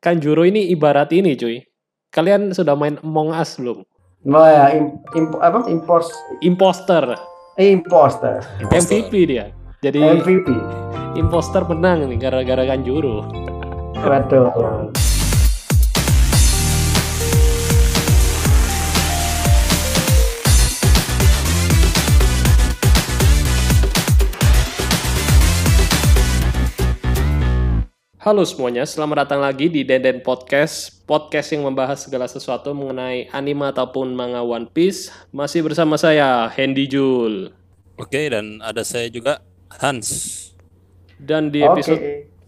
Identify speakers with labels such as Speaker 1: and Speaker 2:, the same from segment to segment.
Speaker 1: Kanjuro ini ibarat ini cuy. Kalian sudah main Among Us belum?
Speaker 2: Oh ya,
Speaker 1: Imposter.
Speaker 2: Imposter.
Speaker 1: MVP dia. Jadi
Speaker 2: MVP.
Speaker 1: imposter menang nih gara-gara Kanjuro.
Speaker 2: Waduh.
Speaker 1: Halo semuanya, selamat datang lagi di Denden Podcast yang membahas segala sesuatu mengenai anime ataupun manga One Piece. Masih bersama saya, Hendy Jul.
Speaker 3: Oke, dan ada saya juga, Hans.
Speaker 1: Dan di episode...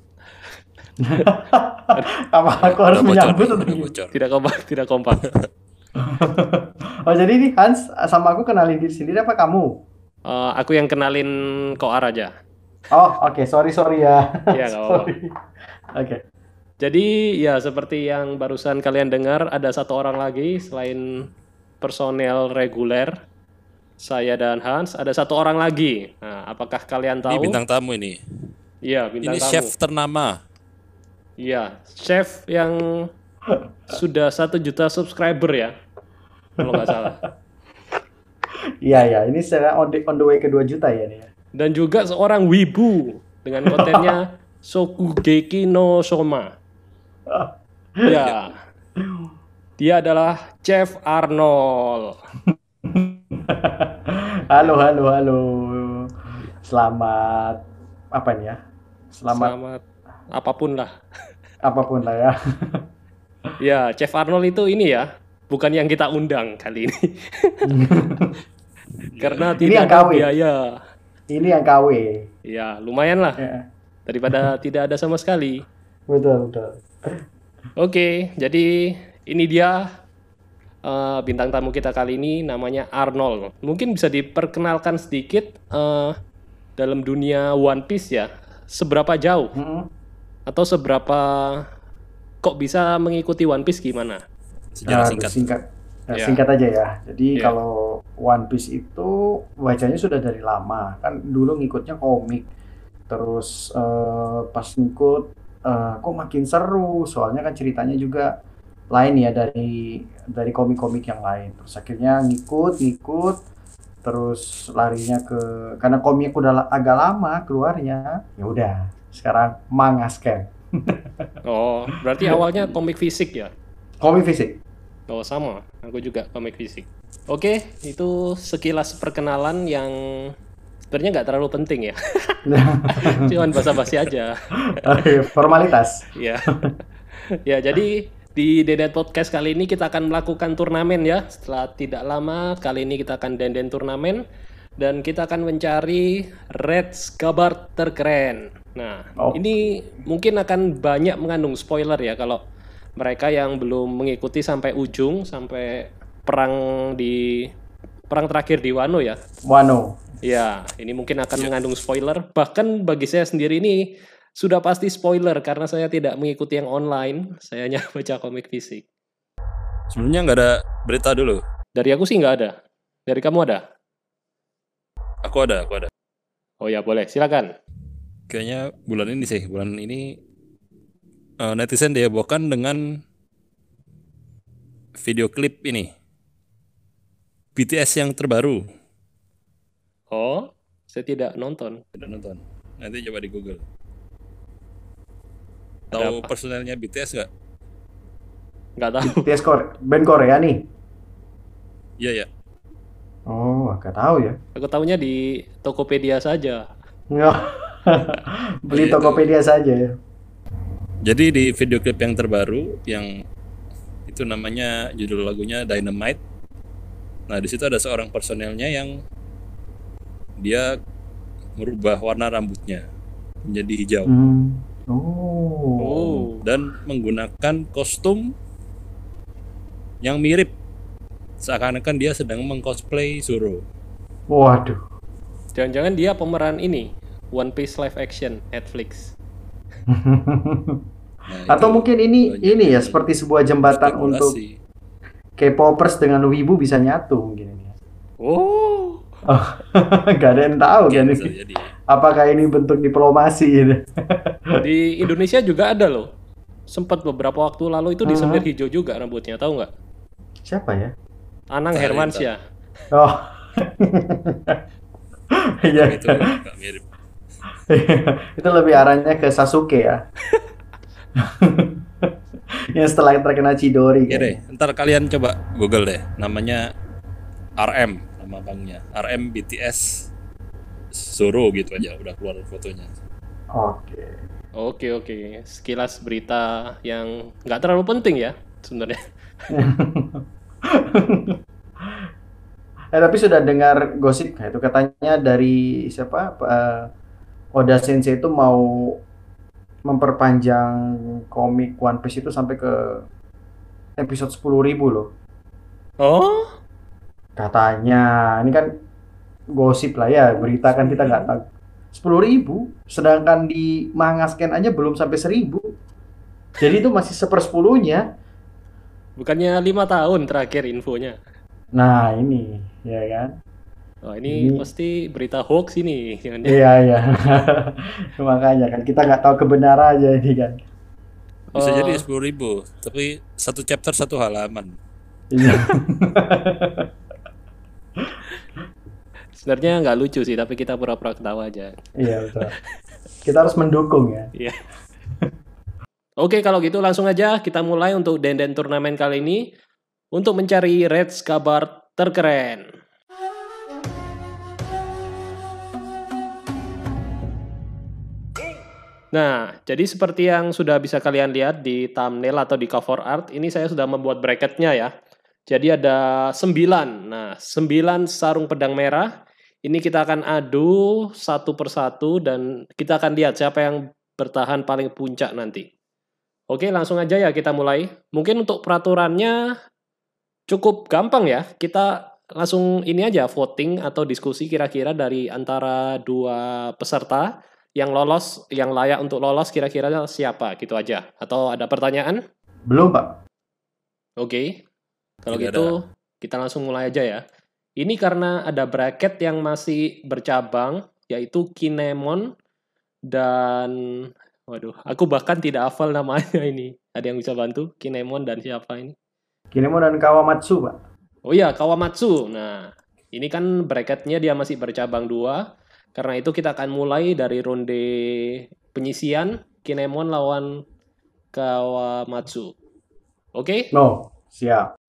Speaker 2: Apa aku harus menyambut atau
Speaker 3: bocor.
Speaker 1: Tidak kompak.
Speaker 2: Oh jadi ini Hans sama aku kenalin diri sendiri apa kamu?
Speaker 1: Aku yang kenalin Koar aja.
Speaker 2: Oh oke, sorry ya.
Speaker 1: Iya, nggak apa-apa.
Speaker 2: Oke.
Speaker 1: Jadi ya seperti yang barusan kalian dengar, ada satu orang lagi selain personel reguler, saya dan Hans, ada satu orang lagi. Nah, apakah kalian tahu?
Speaker 3: Ini bintang tamu ini.
Speaker 1: Iya, bintang
Speaker 3: ini
Speaker 1: tamu.
Speaker 3: Chef ternama.
Speaker 1: Iya, chef yang sudah 1 juta subscriber ya, kalau nggak salah.
Speaker 2: Iya, ini saya on the way ke 2 juta ya nih.
Speaker 1: Dan juga seorang wibu dengan kontennya Shokugeki no Soma. Ya, dia adalah Chef Arnold.
Speaker 2: Halo. Selamat apa ini ya?
Speaker 1: Selamat apapun lah.
Speaker 2: Apapun lah ya.
Speaker 1: Ya, Chef Arnold itu ini ya, bukan yang kita undang kali ini. Karena tidak ada biaya.
Speaker 2: Ini yang KW.
Speaker 1: Ya, lumayan lah.
Speaker 2: Ya.
Speaker 1: Daripada tidak ada sama sekali.
Speaker 2: Betul.
Speaker 1: Oke, jadi ini dia bintang tamu kita kali ini, namanya Arnold. Mungkin bisa diperkenalkan sedikit dalam dunia One Piece ya. Seberapa jauh? Atau seberapa kok bisa mengikuti One Piece gimana?
Speaker 3: Sejarah singkat.
Speaker 2: Singkat aja ya. Jadi kalau One Piece itu bacanya sudah dari lama. Kan dulu ngikutnya komik. Terus pas ngikut kok makin seru. Soalnya kan ceritanya juga lain ya dari komik-komik yang lain. Terus akhirnya ngikut. Terus larinya karena komik udah agak lama keluarnya. Ya udah, sekarang manga scan.
Speaker 1: Oh, berarti awalnya komik fisik ya?
Speaker 2: Komik fisik.
Speaker 1: Oh sama, aku juga komik fisik. Oke, itu sekilas perkenalan yang sebenarnya nggak terlalu penting ya. Cuman basa-basi aja.
Speaker 2: Formalitas.
Speaker 1: Ya. Ya, jadi di Denden Podcast kali ini kita akan melakukan turnamen ya. Setelah tidak lama, kali ini kita akan Denden turnamen. Dan kita akan mencari Red Scabbard terkeren. Nah, ini mungkin akan banyak mengandung spoiler ya kalau mereka yang belum mengikuti sampai ujung, sampai perang terakhir di Wano ya.
Speaker 2: Wano.
Speaker 1: Ya, ini mungkin akan mengandung spoiler. Bahkan bagi saya sendiri ini sudah pasti spoiler karena saya tidak mengikuti yang online. Saya hanya baca komik fisik.
Speaker 3: Sebelumnya nggak ada berita dulu?
Speaker 1: Dari aku sih nggak ada. Dari kamu ada?
Speaker 3: Aku ada.
Speaker 1: Oh ya, boleh. Silakan.
Speaker 3: Kayaknya bulan ini netizen dihebohkan dengan video klip ini BTS yang terbaru.
Speaker 1: Oh, saya tidak nonton.
Speaker 3: Nanti coba di Google. Tahu personelnya BTS nggak?
Speaker 1: Nggak tahu.
Speaker 2: BTS band Korea nih.
Speaker 3: Iya.
Speaker 2: Oh, nggak tahu ya.
Speaker 1: Aku tahunya di Tokopedia saja.
Speaker 2: Beli Tokopedia saja ya.
Speaker 3: Jadi di video klip yang terbaru yang itu namanya judul lagunya Dynamite. Nah, di situ ada seorang personelnya yang dia merubah warna rambutnya menjadi hijau. Dan menggunakan kostum yang mirip seakan-akan dia sedang mengcosplay Zoro.
Speaker 2: Waduh.
Speaker 1: Jangan-jangan dia pemeran ini One Piece live action Netflix.
Speaker 2: Atau mungkin ini ya seperti sebuah jembatan untuk K-popers dengan wibu bisa nyatu mungkin ini.
Speaker 1: Oh.
Speaker 2: Gak ada yang tahu kan ini. Apakah ini bentuk diplomasi gitu?
Speaker 1: Di Indonesia juga ada loh. sempat beberapa waktu lalu itu disembir hijau juga rambutnya, tahu nggak?
Speaker 2: Siapa ya?
Speaker 1: Anang Hermansyah.
Speaker 2: Oh. Iya.
Speaker 3: Itu agak mirip.
Speaker 2: Itu lebih arahnya ke Sasuke ya. Yang setelah terkena Chidori.
Speaker 3: Ya deh, ntar kalian coba Google deh, namanya RM, nama banknya RM BTS Zoro gitu aja, udah keluar fotonya.
Speaker 1: Oke. Sekilas berita yang nggak terlalu penting ya sebenarnya.
Speaker 2: Tapi sudah dengar gosip nggak itu, katanya dari siapa, Oda Sensei itu mau memperpanjang komik One Piece itu sampai ke episode 10.000 loh.
Speaker 1: Oh?
Speaker 2: Katanya, ini kan gosip lah ya, berita kan kita nggak tahu. 10.000, sedangkan di manga scan aja belum sampai 1.000. Jadi itu masih 1/10-nya.
Speaker 1: Bukannya 5 tahun terakhir infonya.
Speaker 2: Nah ini, ya kan?
Speaker 1: Oh, ini pasti berita hoax ini.
Speaker 2: Iya. Makanya kan kita nggak tahu kebenarannya ini kan.
Speaker 3: Bisa jadi 10.000, tapi satu chapter satu halaman.
Speaker 2: Iya.
Speaker 1: Sebenarnya nggak lucu sih, tapi kita pura-pura ketawa aja.
Speaker 2: Iya betul. Kita harus mendukung ya.
Speaker 1: Iya. Oke, kalau gitu langsung aja kita mulai untuk Denden Turnamen kali ini untuk mencari Reds kabar terkeren. Nah, jadi seperti yang sudah bisa kalian lihat di thumbnail atau di cover art, ini saya sudah membuat bracketnya ya. Jadi ada 9. Nah, 9 sarung pedang merah. Ini kita akan adu satu persatu dan kita akan lihat siapa yang bertahan paling puncak nanti. Oke, langsung aja ya kita mulai. Mungkin untuk peraturannya cukup gampang ya. Kita langsung ini aja voting atau diskusi kira-kira dari antara dua peserta yang lolos, yang layak untuk lolos kira-kira siapa gitu aja. Atau ada pertanyaan?
Speaker 2: Belum, Pak.
Speaker 1: Oke. Kalau gitu kita langsung mulai aja ya. Ini karena ada bracket yang masih bercabang, yaitu Kinemon dan waduh, aku bahkan tidak hafal namanya ini. Ada yang bisa bantu? Kinemon dan siapa ini?
Speaker 2: Kinemon dan Kawamatsu, Pak.
Speaker 1: Oh iya, Kawamatsu. Nah, ini kan bracketnya dia masih bercabang 2. Karena itu kita akan mulai dari ronde penyisian Kinemon lawan Kawamatsu. Oke?
Speaker 2: No, siap.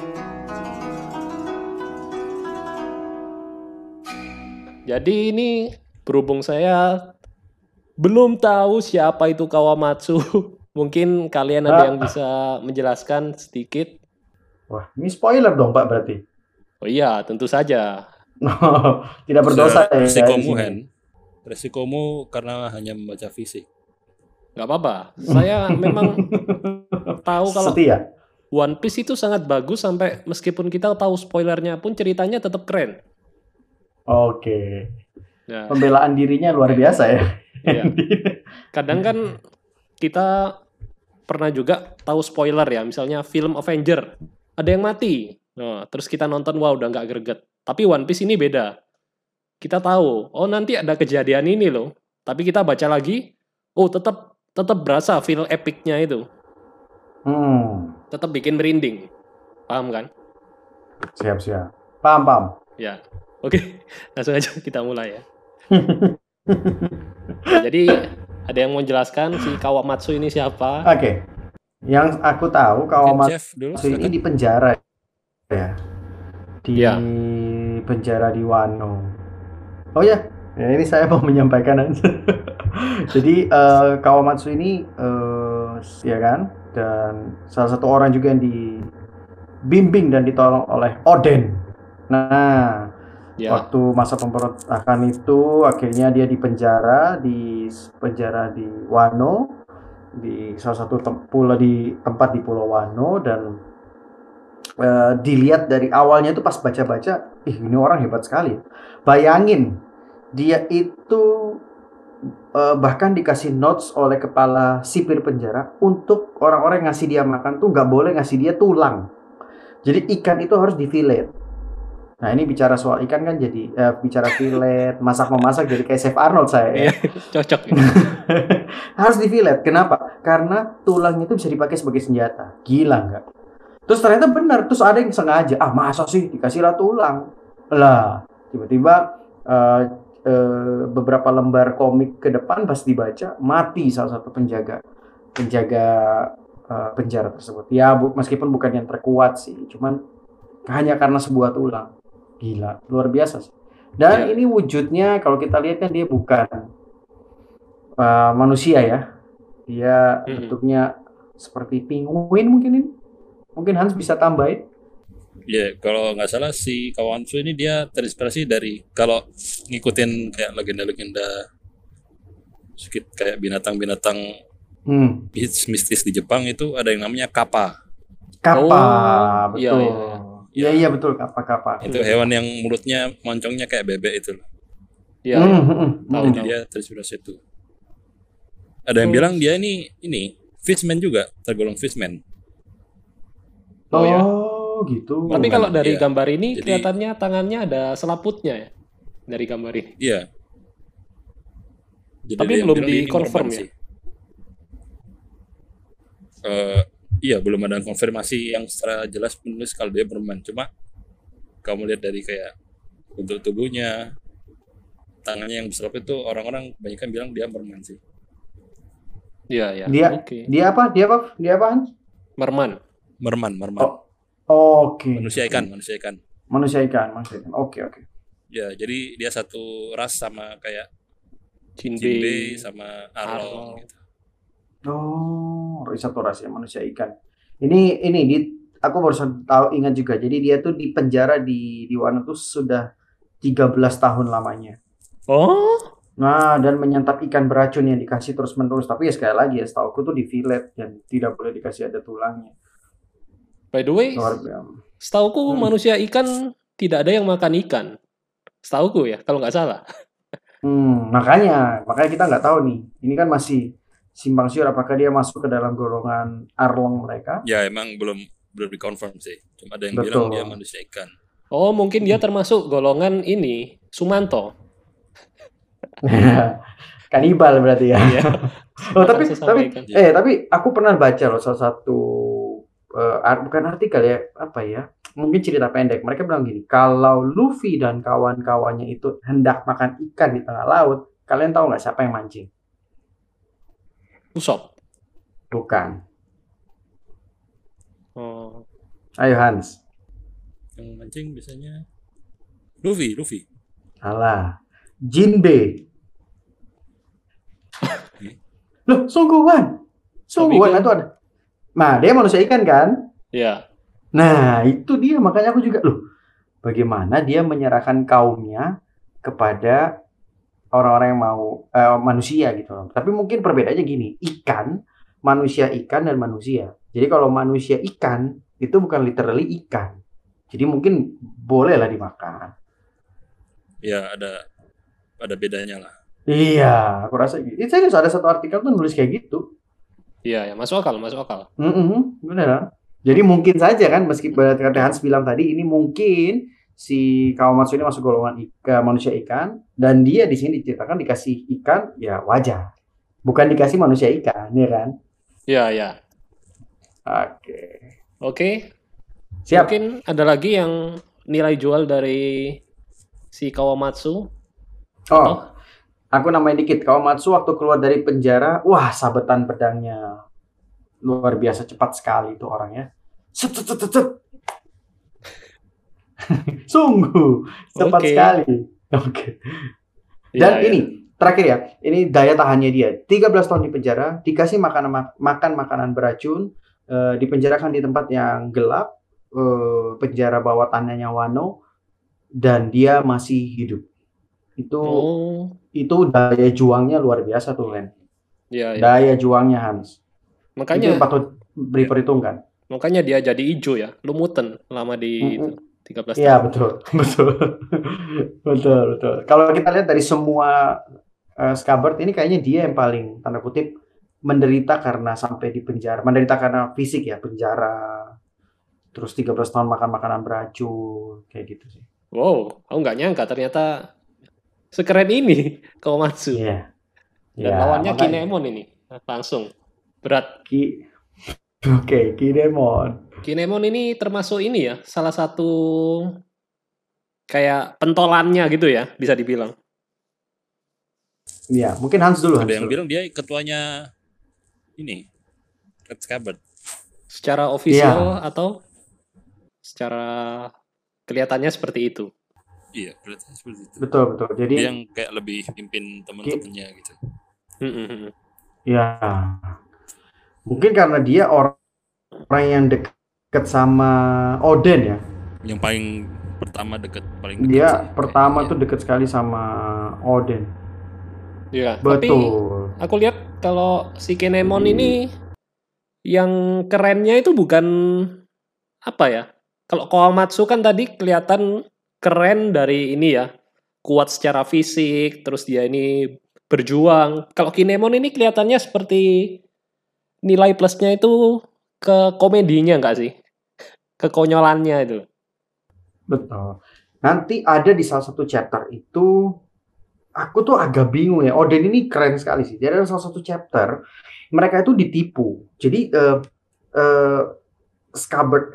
Speaker 1: Jadi ini berhubung saya belum tahu siapa itu Kawamatsu. Mungkin kalian ada yang bisa menjelaskan sedikit.
Speaker 2: Wah, ini spoiler dong, Pak, berarti.
Speaker 1: Oh iya, tentu saja.
Speaker 2: Tidak berdosa ya.
Speaker 3: Resikomu, Hen. Resikomu karena hanya membaca fisik.
Speaker 1: Nggak apa-apa. Saya memang tahu kalau
Speaker 2: setia.
Speaker 1: One Piece itu sangat bagus sampai meskipun kita tahu spoilernya pun ceritanya tetap keren.
Speaker 2: Oke.
Speaker 1: Nah,
Speaker 2: Pembelaan dirinya luar biasa ya.
Speaker 1: iya. Kadang kan kita pernah juga tahu spoiler ya, misalnya film Avenger, ada yang mati. Nah, terus kita nonton, wah udah nggak greget. Tapi One Piece ini beda. Kita tahu, oh nanti ada kejadian ini loh. Tapi kita baca lagi, oh tetap berasa feel epicnya itu. Tetap bikin merinding. Paham kan?
Speaker 2: Siap. Paham.
Speaker 1: Ya. Oke, langsung aja kita mulai ya. Nah, jadi ada yang mau jelaskan si Kawamatsu ini siapa?
Speaker 2: Oke. Yang aku tahu Kawamatsu ini di penjara ya. Di penjara di Wano. Oh ya, ini saya mau menyampaikan aja. Jadi Kawamatsu ini ya kan, dan salah satu orang juga yang dibimbing dan ditolong oleh Oden. Nah, waktu masa pemberontakan itu akhirnya dia dipenjara di Wano, di salah satu tempat di Pulau Wano, dan dilihat dari awalnya itu pas baca-baca, ini orang hebat sekali. Bayangin, dia itu bahkan dikasih notes oleh kepala sipir penjara untuk orang-orang yang ngasih dia makan tuh nggak boleh ngasih dia tulang. Jadi ikan itu harus di fillet. Nah ini bicara soal ikan kan jadi bicara fillet, masak-memasak jadi kayak Chef Arnold saya ya.
Speaker 1: Iya, cocok.
Speaker 2: Harus di fillet. Kenapa? Karena tulang itu bisa dipakai sebagai senjata. Gila nggak? Terus ternyata benar. Terus ada yang sengaja. Masa sih dikasihlah tulang? Lah, tiba-tiba beberapa lembar komik ke depan pas dibaca mati salah satu penjaga penjara tersebut. Ya, meskipun bukan yang terkuat sih, cuman hanya karena sebuah tulang. Gila, luar biasa sih. Dan ini wujudnya kalau kita lihat kan dia bukan manusia ya. Dia bentuknya seperti penguin mungkin ini. Mungkin Hans bisa tambahin.
Speaker 3: Ya, kalau nggak salah si Kawamatsu ini dia terinspirasi dari kalau ngikutin kayak legenda-legenda sedikit kayak binatang-binatang mistis di Jepang itu ada yang namanya kappa.
Speaker 2: Kappa,
Speaker 1: betul.
Speaker 2: Iya betul, kappa.
Speaker 3: Itu hewan yang mulutnya moncongnya kayak bebek itu.
Speaker 1: Iya.
Speaker 3: Jadi dia terinspirasi itu. Ada yang bilang dia ini fishman juga, tergolong fishman.
Speaker 2: Gitu.
Speaker 1: Tapi kalau dari gambar ini kelihatannya tangannya ada selaputnya ya dari gambar ini.
Speaker 3: Iya. Jadi
Speaker 1: tapi belum dikonfirm ya.
Speaker 3: Iya, belum ada konfirmasi yang secara jelas menulis kalau dia berman. Cuma kamu lihat dari kayak bentuk tubuhnya, tangannya yang berselaput itu orang-orang kebanyakan bilang dia berman sih.
Speaker 1: Iya.
Speaker 2: Dia apa? Dia apaan?
Speaker 1: Merman.
Speaker 2: Oke.
Speaker 3: Manusia ikan.
Speaker 2: Oke.
Speaker 3: Ya, jadi dia satu ras sama kayak
Speaker 1: Jinbei
Speaker 3: sama Arlong gitu.
Speaker 2: Satu ras ya, manusia ikan. Ini aku baru tahu, ingat juga. Jadi dia tuh di penjara di Wano tuh sudah 13 tahun lamanya. Nah, dan menyantap ikan beracun yang dikasih terus-menerus. Tapi ya sekali lagi ya, setauku tuh di fillet dan tidak boleh dikasih ada tulangnya.
Speaker 1: By the way, setauku manusia ikan tidak ada yang makan ikan. Setauku ya, kalau nggak salah.
Speaker 2: Makanya kita nggak tahu nih. Ini kan masih simpang siur apakah dia masuk ke dalam golongan Arlong mereka.
Speaker 3: Ya, emang belum dikonfirm sih. Cuma ada yang bilang dia manusia ikan.
Speaker 1: Oh, mungkin dia termasuk golongan ini, Sumanto.
Speaker 2: Kanibal berarti ya.
Speaker 1: Iya.
Speaker 2: Tapi aku pernah baca loh salah satu bukan artikel ya, apa ya? Mungkin cerita pendek. Mereka bilang gini, kalau Luffy dan kawan-kawannya itu hendak makan ikan di tengah laut, kalian tahu nggak siapa yang mancing?
Speaker 1: Usopp.
Speaker 2: Bukan. Ayo Hans.
Speaker 3: Yang mancing biasanya Luffy.
Speaker 2: Alah. Jinbei. Loh, Sungguhan itu ada. Nah, dia manusia ikan kan?
Speaker 1: Iya.
Speaker 2: Nah, itu dia. Makanya aku juga, bagaimana dia menyerahkan kaumnya kepada orang-orang yang mau manusia gitu loh. Tapi mungkin perbedaannya gini, manusia ikan dan manusia. Jadi kalau manusia ikan itu bukan literally ikan. Jadi mungkin bolehlah dimakan.
Speaker 3: Ya, ada bedanya lah.
Speaker 2: Iya, aku rasa gitu. Itu serius, ada satu artikel tuh nulis kayak gitu.
Speaker 1: Iya, masuk akal.
Speaker 2: Beneran. Jadi mungkin saja kan, meskipun kata Hans bilang tadi, ini mungkin si Kawamatsu ini masuk golongan manusia ikan, dan dia di sini diceritakan dikasih ikan, ya wajar. Bukan dikasih manusia ikan, ya kan?
Speaker 1: Iya. Oke.
Speaker 2: Siap.
Speaker 1: Mungkin ada lagi yang nilai jual dari si Kawamatsu.
Speaker 2: Aku namain dikit. Kawamatsu waktu keluar dari penjara, wah, sabetan pedangnya luar biasa cepat sekali itu orangnya. Set. Sungguh cepat sekali. Oke. Dan ini terakhir ya, ini daya tahannya dia. 13 tahun di penjara, dikasih makan makanan beracun, dipenjarakan di tempat yang gelap, penjara bawah tanahnya Wano, dan dia masih hidup. Itu daya juangnya luar biasa tuh, Len.
Speaker 1: Iya.
Speaker 2: Daya juangnya Hans.
Speaker 1: Makanya
Speaker 2: itu patut diperhitungkan.
Speaker 1: Makanya dia jadi hijau ya, lumutan lama di 13 tahun.
Speaker 2: Iya, betul. Kalau kita lihat dari semua Scabbard ini kayaknya dia yang paling tanda kutip menderita karena sampai di penjara. Menderita karena fisik ya, penjara. Terus 13 tahun makan makanan beracun, kayak gitu sih.
Speaker 1: Wow, aku nggak nyangka ternyata sekeren ini Kawamatsu.
Speaker 2: Iya.
Speaker 1: Dan
Speaker 2: Ya,
Speaker 1: lawannya
Speaker 2: makanya.
Speaker 1: Kinemon ini. Langsung. Berat.
Speaker 2: Oke, Kinemon.
Speaker 1: Kinemon ini termasuk ini ya, salah satu kayak pentolannya gitu ya, bisa dibilang.
Speaker 2: Iya, mungkin Hans dulu,
Speaker 3: Ada
Speaker 2: Hans
Speaker 3: yang
Speaker 2: dulu.
Speaker 3: bilang dia ketuanya ini Red Scabbard.
Speaker 1: Secara official
Speaker 2: Iya,
Speaker 1: atau secara kelihatannya seperti itu.
Speaker 3: Iya, kelihatannya seperti itu.
Speaker 2: betul betul. Jadi,
Speaker 3: Dia yang kayak lebih pimpin teman-temannya gitu.
Speaker 2: ya mungkin karena dia orang yang dekat sama Oden ya.
Speaker 3: Yang paling paling dekat
Speaker 2: Dia
Speaker 3: sih.
Speaker 2: pertama
Speaker 3: Kayaknya.
Speaker 2: tuh dekat sekali sama Oden.
Speaker 1: Ya, tapi
Speaker 2: Betul.
Speaker 1: aku lihat kalau si Kinemon ini yang kerennya itu bukan apa ya? Kalau Kawamatsu kan tadi kelihatan keren dari ini ya, kuat secara fisik, terus dia ini berjuang. Kalau Kinemon ini kelihatannya seperti nilai plusnya itu ke komedinya nggak sih? Kekonyolannya itu.
Speaker 2: Betul. Nanti ada di salah satu chapter itu, aku tuh agak bingung ya. Oden ini keren sekali sih. Jadi ada salah satu chapter, mereka itu ditipu. Jadi eh, Scabbard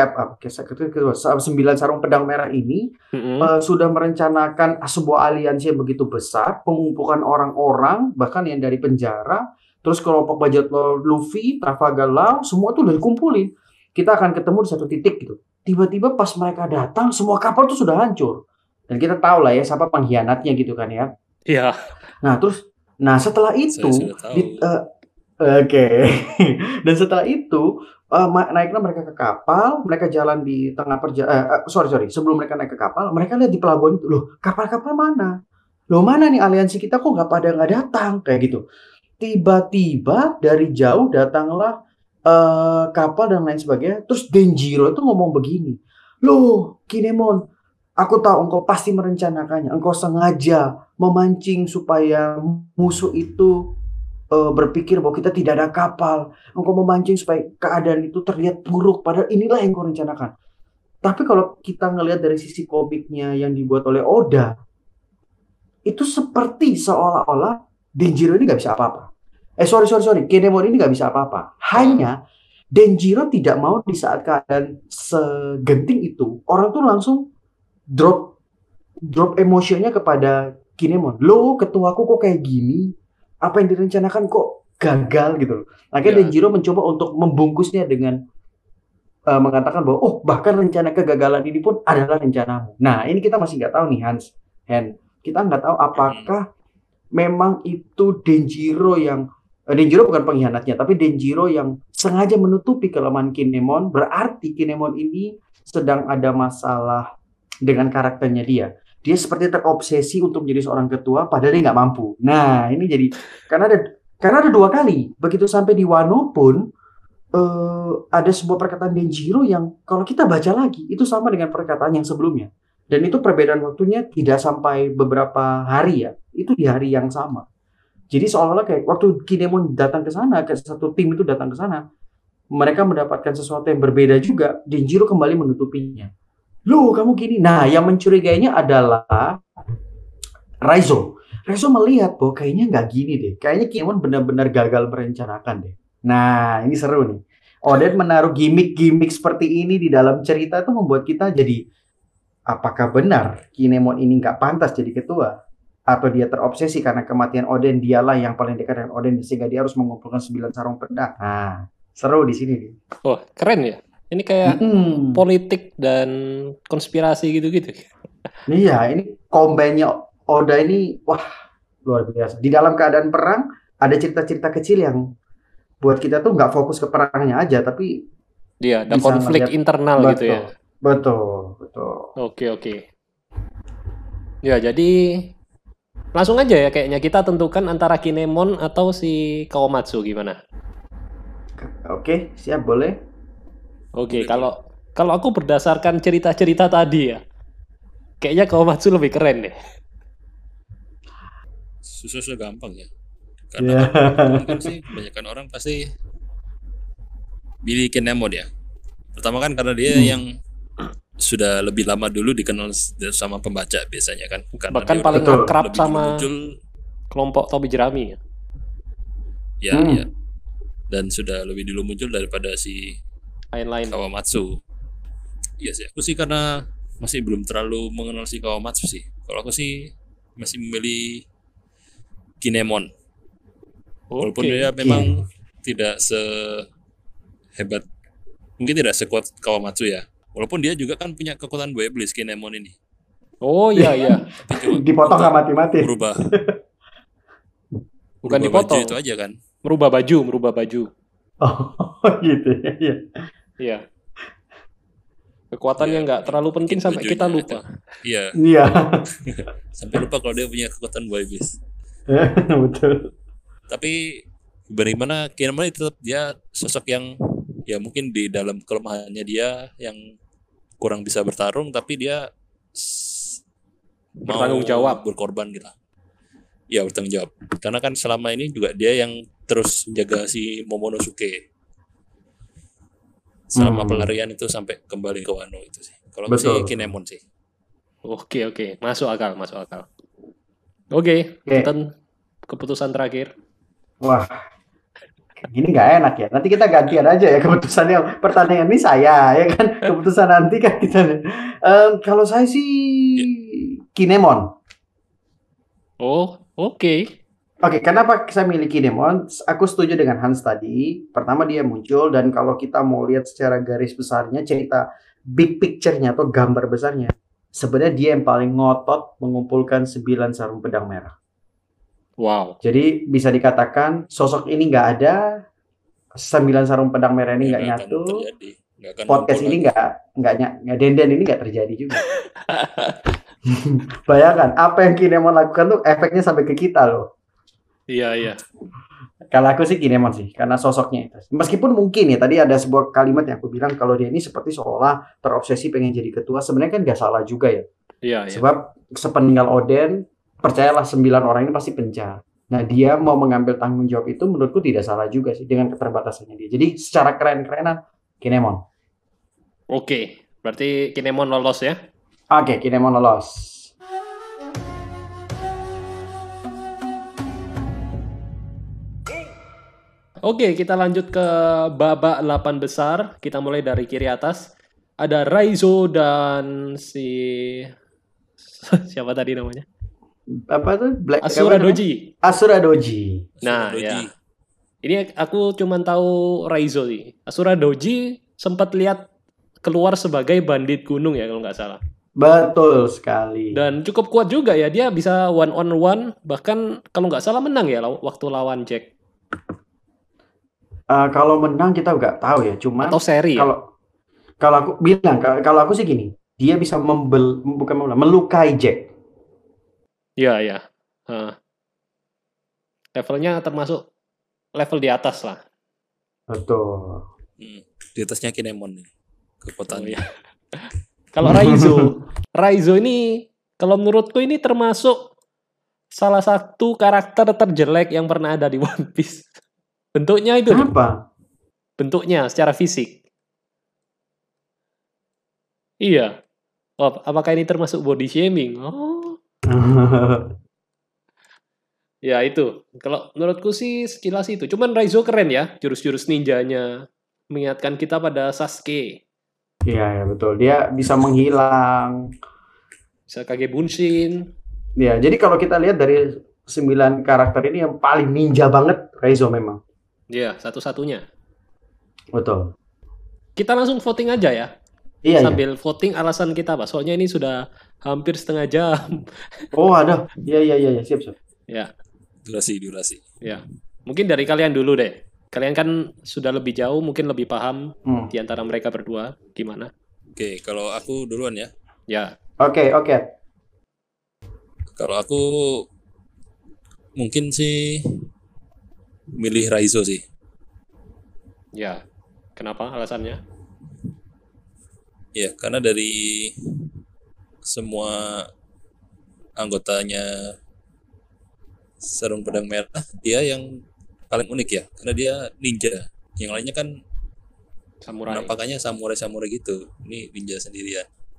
Speaker 2: sembilan sarung pedang merah ini sudah merencanakan sebuah aliansi yang begitu besar, pengumpulan orang-orang bahkan yang dari penjara, terus kelompok bajak Luffy, Trafalgar Law, semua tuh udah dikumpulin. Kita akan ketemu di satu titik gitu. Tiba-tiba pas mereka datang, semua kapal tuh sudah hancur. Dan kita tahu lah ya siapa pengkhianatnya gitu kan ya.
Speaker 1: Iya.
Speaker 2: Nah setelah
Speaker 3: Saya
Speaker 2: itu
Speaker 3: sudah tahu.
Speaker 2: Oke. Dan setelah itu naiklah mereka ke kapal, mereka jalan di tengah sorry, sebelum mereka naik ke kapal, mereka lihat di pelabuhan itu, loh kapal-kapal mana? Loh mana nih aliansi kita kok nggak datang kayak gitu. Tiba-tiba dari jauh datanglah kapal dan lain sebagainya. Terus Denjiro itu ngomong begini, loh Kinemon, aku tahu engkau pasti merencanakannya, engkau sengaja memancing supaya musuh itu berpikir bahwa kita tidak ada kapal. Engkau memancing supaya keadaan itu terlihat buruk. Padahal inilah yang kau rencanakan. Tapi kalau kita ngelihat dari sisi komiknya yang dibuat oleh Oda, itu seperti seolah-olah Denjiro ini nggak bisa apa-apa. Sorry. Kinemon ini nggak bisa apa-apa. Hanya Denjiro tidak mau di saat keadaan segenting itu, orang tuh langsung drop emosinya kepada Kinemon. Lo ketuaku kok kayak gini? Apa yang direncanakan kok gagal gitu loh. Akhirnya Denjiro mencoba untuk membungkusnya dengan mengatakan bahwa bahkan rencana kegagalan ini pun adalah rencanamu. Nah ini kita masih nggak tahu nih Hen. Kita nggak tahu apakah memang itu Denjiro yang Denjiro bukan pengkhianatnya, tapi Denjiro yang sengaja menutupi kelemahan Kinemon. Berarti Kinemon ini sedang ada masalah dengan karakternya dia. Dia seperti terobsesi untuk menjadi seorang ketua, padahal dia nggak mampu. Nah, ini jadi karena ada dua kali. Begitu sampai di Wano pun ada sebuah perkataan Denjiro yang kalau kita baca lagi itu sama dengan perkataan yang sebelumnya. Dan itu perbedaan waktunya tidak sampai beberapa hari ya. Itu di hari yang sama. Jadi seolah-olah kayak waktu Kinemon datang ke sana, ke satu tim itu datang ke sana, mereka mendapatkan sesuatu yang berbeda juga. Denjiro kembali menutupinya. Loh, kamu gini. Nah, yang mencurigainya adalah Raizo. Raizo melihat bahwa kayaknya nggak gini deh. Kayaknya Kinemon benar-benar gagal merencanakan deh. Nah, ini seru nih. Oden menaruh gimmick-gimmick seperti ini di dalam cerita itu membuat kita jadi, apakah benar Kinemon ini nggak pantas jadi ketua? Atau dia terobsesi karena kematian Oden, dialah yang paling dekat dengan Oden sehingga dia harus mengumpulkan 9 sarung pedang. Nah, seru di sini nih.
Speaker 1: Oh, keren ya. Ini kayak politik dan konspirasi gitu-gitu.
Speaker 2: Iya, ini combine-nya Oda ini wah luar biasa. Di dalam keadaan perang ada cerita-cerita kecil yang buat kita tuh nggak fokus ke perangnya aja, tapi
Speaker 1: dia ada konflik internal
Speaker 2: betul,
Speaker 1: gitu ya.
Speaker 2: Betul.
Speaker 1: Oke. Ya, jadi langsung aja ya kayaknya kita tentukan antara Kinemon atau si Kawamatsu gimana?
Speaker 2: Oke, siap boleh.
Speaker 1: Oke, kalau aku berdasarkan cerita-cerita tadi ya, kayaknya Kawamatsu lebih keren deh.
Speaker 3: Susah gampang ya. Karena kan sih kebanyakan orang pasti pilih Kinemon ya. Pertama kan karena dia yang sudah lebih lama dulu dikenal sama pembaca biasanya kan, karena
Speaker 1: Bahkan
Speaker 3: dia
Speaker 1: paling
Speaker 3: udah
Speaker 1: akrab
Speaker 3: lebih dulu
Speaker 1: sama
Speaker 3: muncul,
Speaker 1: kelompok Tobi Jerami ya.
Speaker 3: ya ya, dan sudah lebih dulu muncul daripada si
Speaker 1: Lain-lain.
Speaker 3: Kawamatsu. Iya sih, aku sih karena masih belum terlalu mengenal si Kawamatsu sih. Kalau aku sih masih memilih Kinemon. Walaupun
Speaker 1: Oke.
Speaker 3: dia memang tidak sehebat, mungkin tidak sekuat Kawamatsu ya. Walaupun dia juga kan punya kekuatan buaya iblis Kinemon ini.
Speaker 1: Oh iya iya.
Speaker 3: Tapi cuma
Speaker 2: Dipotong
Speaker 3: untuk
Speaker 2: nggak mati-mati.
Speaker 3: Merubah
Speaker 1: Bukan
Speaker 3: baju
Speaker 1: dipotong.
Speaker 3: itu aja kan.
Speaker 1: Merubah baju.
Speaker 2: Oh, gitu ya. Iya.
Speaker 1: Iya. Kekuatannya
Speaker 3: Ya,
Speaker 1: nggak terlalu penting
Speaker 3: bikin
Speaker 1: sampai kita
Speaker 3: bajunya
Speaker 1: lupa.
Speaker 3: Iya,
Speaker 2: Iya.
Speaker 3: sampai lupa kalau dia punya kekuatan buaya iblis.
Speaker 2: Betul.
Speaker 3: Tapi bagaimana Kinemon itu tetap dia sosok yang ya mungkin di dalam kelemahannya dia yang kurang bisa bertarung, tapi dia
Speaker 1: Bertanggung
Speaker 3: mau
Speaker 1: jawab.
Speaker 3: berkorban gitu. Ya bertanggung jawab. Karena kan selama ini juga dia yang terus menjaga si Momonosuke selama pelarian itu sampai kembali ke Wano itu sih. Kalau aku sih
Speaker 2: Betul.
Speaker 3: Kinemon sih.
Speaker 1: Oke. Masuk akal. Oke. Kita keputusan terakhir.
Speaker 2: Wah, gini nggak enak ya. Nanti kita gantian aja ya keputusannya. Pertandingan ini saya ya kan. Keputusan nanti kan kita. Kalau saya sih Kinemon.
Speaker 1: Oh, oke.
Speaker 2: Oke, kenapa saya milih Kinemon? Aku setuju dengan Hans tadi. Pertama dia muncul dan kalau kita mau lihat secara garis besarnya, cerita big picture-nya atau gambar besarnya, sebenarnya dia yang paling ngotot mengumpulkan 9 sarung pedang merah.
Speaker 1: Wow.
Speaker 2: Jadi bisa dikatakan sosok ini nggak ada, 9 sarung pedang merah ini nggak nyatu, podcast ini nggak denden ini nggak terjadi juga. Bayangkan apa yang Kinemon lakukan tuh efeknya sampai ke kita loh.
Speaker 1: Iya.
Speaker 2: Kalau aku sih Kinemon sih, karena sosoknya itu. Meskipun mungkin ya, tadi ada sebuah kalimat yang aku bilang kalau dia ini seperti seolah terobsesi pengen jadi ketua, sebenarnya kan nggak salah juga ya.
Speaker 1: Iya.
Speaker 2: Sebab sepeninggal Oden, percayalah 9 orang ini pasti penjahat. Nah dia mau mengambil tanggung jawab itu menurutku tidak salah juga sih dengan keterbatasannya dia. Jadi secara keren-kerenan Kinemon.
Speaker 1: Oke, berarti Kinemon lolos ya?
Speaker 2: Oke, Kinemon lolos.
Speaker 1: Oke, kita lanjut ke babak 8 besar. Kita mulai dari kiri atas. Ada Raizo dan si siapa tadi namanya?
Speaker 2: Apa tuh?
Speaker 1: Asura Doji.
Speaker 2: Asura Doji.
Speaker 1: Nah, ya. Ini aku cuma tahu Raizo sih. Asura Doji sempat lihat keluar sebagai bandit gunung ya kalau nggak salah.
Speaker 2: Betul sekali.
Speaker 1: Dan cukup kuat juga ya. Dia bisa one on one. Bahkan kalau nggak salah menang ya waktu lawan Jack.
Speaker 2: Kalau menang kita nggak tahu ya, cuma
Speaker 1: atau seri
Speaker 2: kalau aku bilang, kalau aku sih gini, dia bisa melukai Jack.
Speaker 1: Iya. Levelnya termasuk level di atas lah.
Speaker 2: Betul.
Speaker 3: Di atasnya Kinemon nih kekuatannya.
Speaker 1: Kalau Raizo ini, kalau menurutku ini termasuk salah satu karakter terjelek yang pernah ada di One Piece. Bentuknya itu.
Speaker 2: Kenapa?
Speaker 1: Bentuknya secara fisik. Iya. Oh, apakah ini termasuk body shaming? Oh. Ya itu. Kalau menurutku sih sekilas itu. Cuman Raizo keren ya. Jurus-jurus ninjanya. Mengingatkan kita pada Sasuke.
Speaker 2: Iya, betul. Dia bisa menghilang.
Speaker 1: Bisa Kage Bunshin.
Speaker 2: Ya, jadi kalau kita lihat dari 9 karakter ini yang paling ninja banget Raizo memang.
Speaker 1: Iya, satu-satunya.
Speaker 2: Betul.
Speaker 1: Kita langsung voting aja ya.
Speaker 2: Iya.
Speaker 1: Sambil voting alasan kita, Pak. Soalnya ini sudah hampir setengah jam.
Speaker 2: Oh, ada. Iya. Siap.
Speaker 1: Ya.
Speaker 3: Durasi.
Speaker 1: Ya. Mungkin dari kalian dulu deh. Kalian kan sudah lebih jauh, mungkin lebih paham di antara mereka berdua. Gimana?
Speaker 3: Oke, kalau aku duluan ya.
Speaker 1: Ya.
Speaker 2: Oke.
Speaker 3: Kalau aku mungkin sih milih Raizo sih.
Speaker 1: Ya. Kenapa alasannya?
Speaker 3: Ya, karena dari semua anggotanya Sarung Pedang Merah, dia yang paling unik ya, karena dia ninja. Yang lainnya kan
Speaker 1: samurai.
Speaker 3: Nampakannya samurai gitu. Ini ninja sendirian.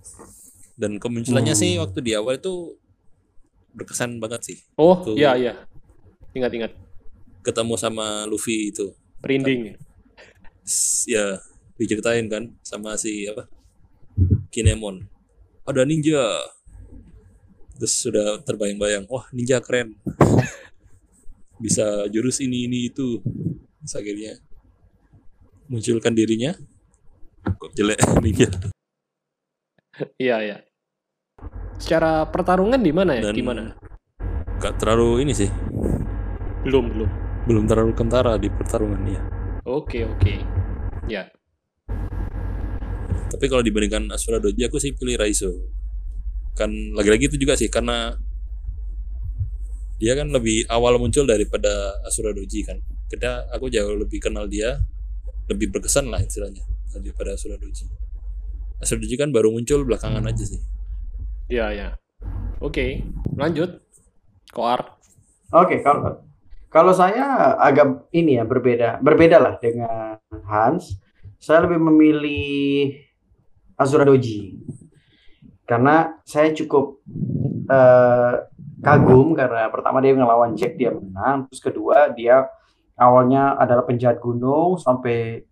Speaker 3: Dan kemunculannya sih waktu di awal itu berkesan banget sih.
Speaker 1: Oh,
Speaker 3: Waktu
Speaker 1: iya. Ingat-ingat.
Speaker 3: ketemu sama Luffy itu.
Speaker 1: Merinding.
Speaker 3: Ya, diceritain kan sama si Kinemon. Ada ninja. Terus sudah terbayang-bayang, wah ninja keren. Bisa jurus ini itu. Terus akhirnya munculkan dirinya. Kok jelek ninja.
Speaker 1: Iya. Secara pertarungan di mana ya?
Speaker 3: Dan
Speaker 1: Gimana?
Speaker 3: gak terlalu ini sih.
Speaker 1: Belum.
Speaker 3: Terlalu kentara di pertarungan ya.
Speaker 1: Oke. Ya.
Speaker 3: Tapi kalau dibandingkan Asura Doji, aku sih pilih Raizo. Kan lagi-lagi itu juga sih, karena dia kan lebih awal muncul daripada Asura Doji kan. Karena aku jauh lebih kenal dia, lebih berkesan lah istilahnya daripada Asura Doji. Asura Doji kan baru muncul belakangan aja sih.
Speaker 1: Iya. Oke, lanjut. Koar.
Speaker 2: Oke, kalau saya agak ini ya berbeda lah dengan Hans. Saya lebih memilih Asura Doji karena saya cukup kagum karena pertama dia ngelawan Jack, dia menang, terus kedua dia awalnya adalah penjahat gunung sampai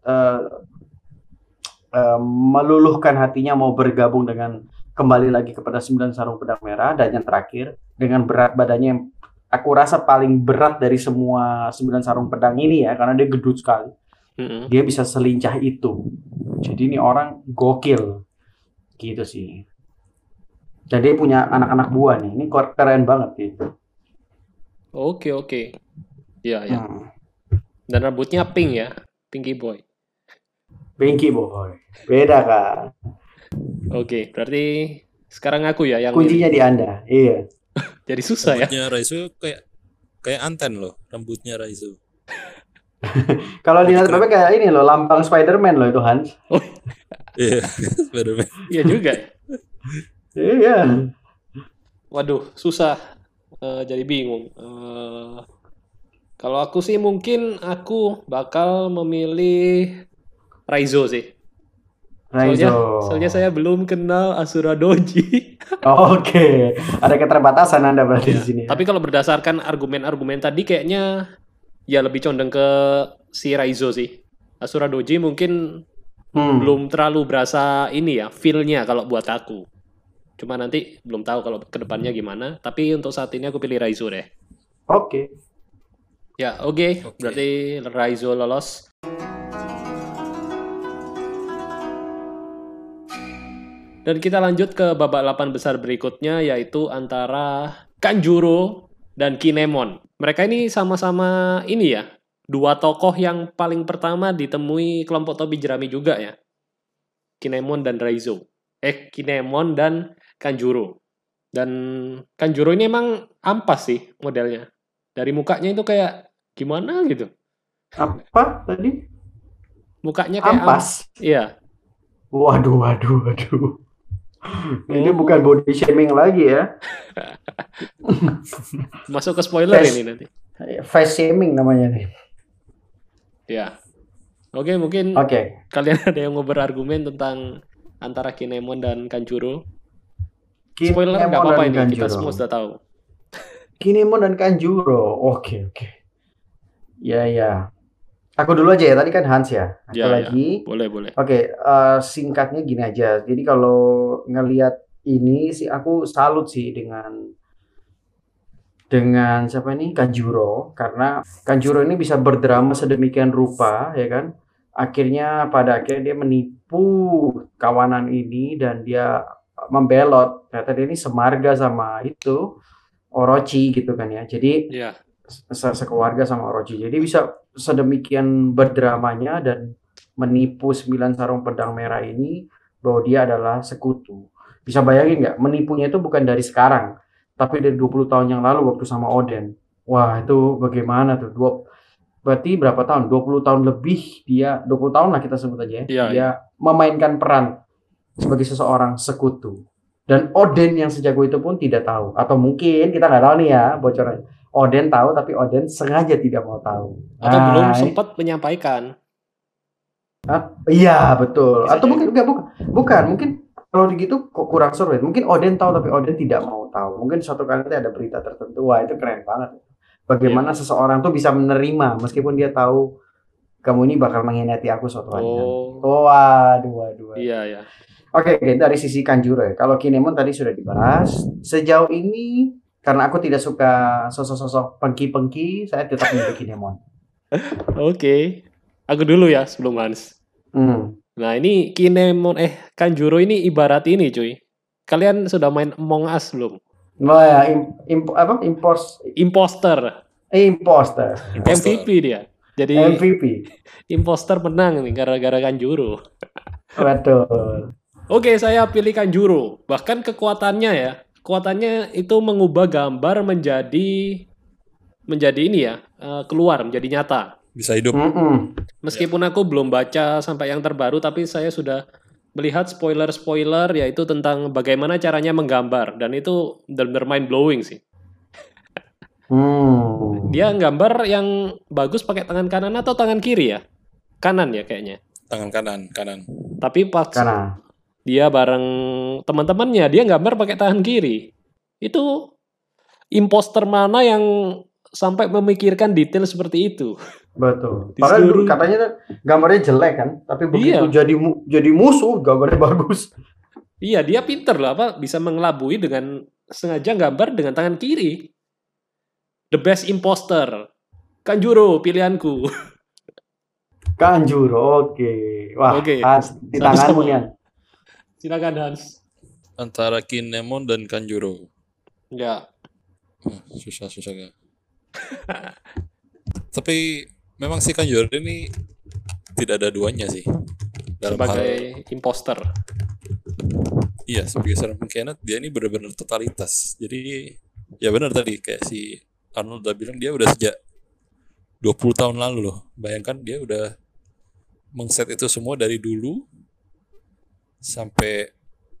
Speaker 2: meluluhkan hatinya mau bergabung dengan kembali lagi kepada 9 sarung pedang merah, dan yang terakhir dengan berat badannya yang aku rasa paling berat dari semua 9 sarung pedang ini ya, karena dia gendut sekali. Dia bisa selincah itu. Jadi ini orang gokil gitu sih. Dan dia punya anak-anak buah nih. Ini keren banget gitu.
Speaker 1: Oke. Iya. Dan rambutnya pink ya, Pinky Boy.
Speaker 2: Pinky Boy. Beda kan?
Speaker 1: Oke, berarti sekarang aku ya yang
Speaker 2: kuncinya di Anda. Iya.
Speaker 1: Jadi susah ya.
Speaker 3: Rambutnya Raizo kayak anten loh, rambutnya Raizo.
Speaker 2: Kalau dilihat kayak ini loh, lambang Spider-Man loh itu, Hans.
Speaker 1: Oh.
Speaker 3: Iya, Spider-Man.
Speaker 1: Iya juga.
Speaker 2: Iya.
Speaker 1: Waduh, susah. Jadi bingung. Kalau aku sih mungkin aku bakal memilih Raizo sih. Soalnya saya belum kenal Asura Doji.
Speaker 2: Oke. Ada keterbatasan Anda berarti di sini.
Speaker 1: Tapi kalau berdasarkan argumen-argumen tadi kayaknya ya lebih condong ke si Raizo sih. Asura Doji mungkin belum terlalu berasa ini ya, feel-nya kalau buat aku. Cuma nanti belum tahu kalau kedepannya gimana. Tapi untuk saat ini aku pilih Raizo deh.
Speaker 2: Oke.
Speaker 1: Ya, oke. Berarti Raizo lolos. Dan kita lanjut ke babak 8 besar berikutnya, yaitu antara Kanjuro dan Kinemon. Mereka ini sama-sama ini ya, dua tokoh yang paling pertama ditemui kelompok topi jerami juga ya. Kinemon dan Raizo. Kinemon dan Kanjuro. Dan Kanjuro ini emang ampas sih modelnya. Dari mukanya itu kayak gimana gitu.
Speaker 2: Apa tadi?
Speaker 1: Mukanya kayak
Speaker 2: ampas.
Speaker 1: Iya.
Speaker 2: Waduh. Ini bukan body shaming lagi ya.
Speaker 1: Masuk ke spoiler ini nanti.
Speaker 2: Face shaming namanya nih.
Speaker 1: Ya. Oke, mungkin kalian ada yang mau berargumen tentang antara Kinemon dan Kanjuro? Spoiler nggak apa-apa ini, kita semua sudah tahu.
Speaker 2: Kinemon dan Kanjuro. Oke. Ya. Aku dulu aja ya, tadi kan Hans ya. Aku lagi.
Speaker 1: Boleh.
Speaker 2: Oke, singkatnya gini aja. Jadi kalau ngelihat ini sih aku salut sih dengan siapa ini, Kanjuro, karena Kanjuro ini bisa berdrama sedemikian rupa ya kan. Pada akhirnya dia menipu kawanan ini dan dia membelot. Ternyata dia ini semarga sama itu Orochi gitu kan ya. Jadi sekeluarga sama Orochi. Jadi bisa sedemikian berdramanya dan menipu 9 sarung pedang merah ini bahwa dia adalah sekutu. Bisa bayangin nggak? Menipunya itu bukan dari sekarang, tapi dari 20 tahun yang lalu waktu sama Oden. Wah, itu bagaimana tuh? Berarti berapa tahun? 20 tahun lebih dia, 20 tahun lah kita sebut aja ya. Dia memainkan peran sebagai seseorang sekutu. Dan Oden yang sejago itu pun tidak tahu. Atau mungkin kita nggak tahu nih ya bocorannya. Oden tahu tapi Oden sengaja tidak mau tahu.
Speaker 1: Atau belum sempat menyampaikan.
Speaker 2: Iya betul. Atau mungkin bukan. Mungkin kalau gitu kok kurang seru ya. Mungkin Oden tahu tapi Oden tidak mau tahu. Mungkin suatu kali nanti ada berita tertentu. Wah, itu keren banget. Bagaimana seseorang tuh bisa menerima meskipun dia tahu kamu ini bakal mengkhianati aku suatu hari nanti. Waduh.
Speaker 1: Iya.
Speaker 2: Oke, dari sisi Kanjuro ya. Kalau Kinemon tadi sudah dibahas. Sejauh ini karena aku tidak suka sosok-sosok pengki-pengki, saya tetap milih Kinemon.
Speaker 1: Oke. Aku dulu ya sebelum Hans. Nah, ini Kinemon Kanjuro ini ibarat ini, cuy. Kalian sudah main Among Us belum?
Speaker 2: Wah, ya,
Speaker 1: Imposter. MVP dia. Jadi MVP. Imposter menang nih gara-gara Kanjuro.
Speaker 2: Betul.
Speaker 1: Oke, saya pilih Kanjuro. Bahkan kekuatannya itu mengubah gambar menjadi ini ya, keluar menjadi nyata.
Speaker 3: Bisa hidup.
Speaker 1: Meskipun aku belum baca sampai yang terbaru, tapi saya sudah melihat spoiler yaitu tentang bagaimana caranya menggambar, dan itu benar-benar mind blowing sih. Dia gambar yang bagus pakai tangan kanan atau tangan kiri ya? Kanan ya kayaknya.
Speaker 3: Tangan kanan.
Speaker 1: Tapi pas dia bareng teman-temannya, dia gambar pakai tangan kiri. Itu imposter mana yang sampai memikirkan detail seperti itu?
Speaker 2: Betul. Padahal dulu katanya gambarnya jelek kan, tapi begitu jadi musuh gambarnya bagus.
Speaker 1: Iya, dia pinter lah, bisa mengelabui dengan sengaja gambar dengan tangan kiri. The best imposter. Kanjuro pilihanku.
Speaker 2: Kanjuro, oke. Wah, Hans, di tanganmu nih.
Speaker 1: Silakan Hans.
Speaker 3: Antara Kinemon dan Kanjuro.
Speaker 1: Ya.
Speaker 3: Susah gak? Tapi memang si Kanjuro ini tidak ada duanya sih.
Speaker 1: Sebagai imposter.
Speaker 3: Iya, sebagai seorang pengkhianat dia ini benar-benar totalitas. Jadi ya benar tadi kayak si Arnold udah bilang, dia udah sejak 20 tahun lalu loh. Bayangkan dia udah mengset itu semua dari dulu sampai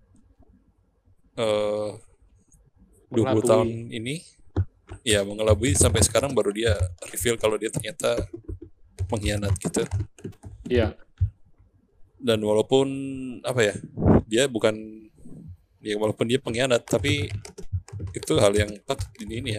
Speaker 3: 20 tahun ini. Ya, mengelabui sampai sekarang baru dia reveal kalau dia ternyata pengkhianat gitu.
Speaker 1: Iya.
Speaker 3: Dan walaupun dia walaupun dia pengkhianat, tapi itu hal yang patut ini ya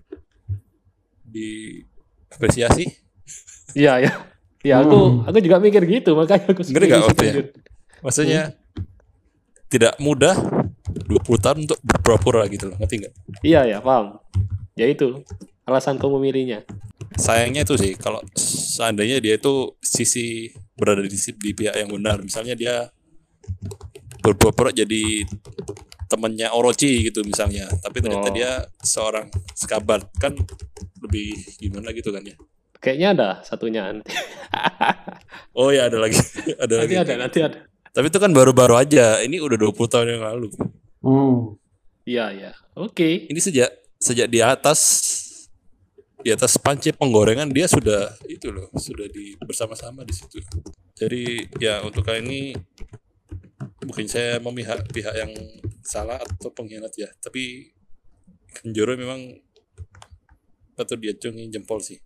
Speaker 3: diapresiasi.
Speaker 1: Iya. Ya, aku juga mikir gitu, makanya aku
Speaker 3: ngeri gak waktu ya? Maksudnya tidak mudah 20 tahun untuk berpura-pura gitu loh, ngerti gak?
Speaker 1: Iya, paham. Ya itu alasanku memilihnya.
Speaker 3: Sayangnya itu sih, kalau seandainya dia itu berada di pihak yang benar, misalnya dia berpura-pura jadi temannya Orochi gitu misalnya, tapi ternyata dia seorang sekabat, kan lebih gimana gitu kan ya.
Speaker 1: Kayaknya ada satunya nanti.
Speaker 3: Oh ya, ada lagi.
Speaker 1: Nanti ada.
Speaker 3: Tapi itu kan baru-baru aja, ini udah 20 tahun yang lalu.
Speaker 1: Iya. Oke.
Speaker 3: Ini sejak di atas panci penggorengan dia sudah bersama-sama di situ. Jadi ya untuk kali ini bukan saya memihak pihak yang salah atau pengkhianat ya, tapi Kanjuro memang patut diacungi jempol sih.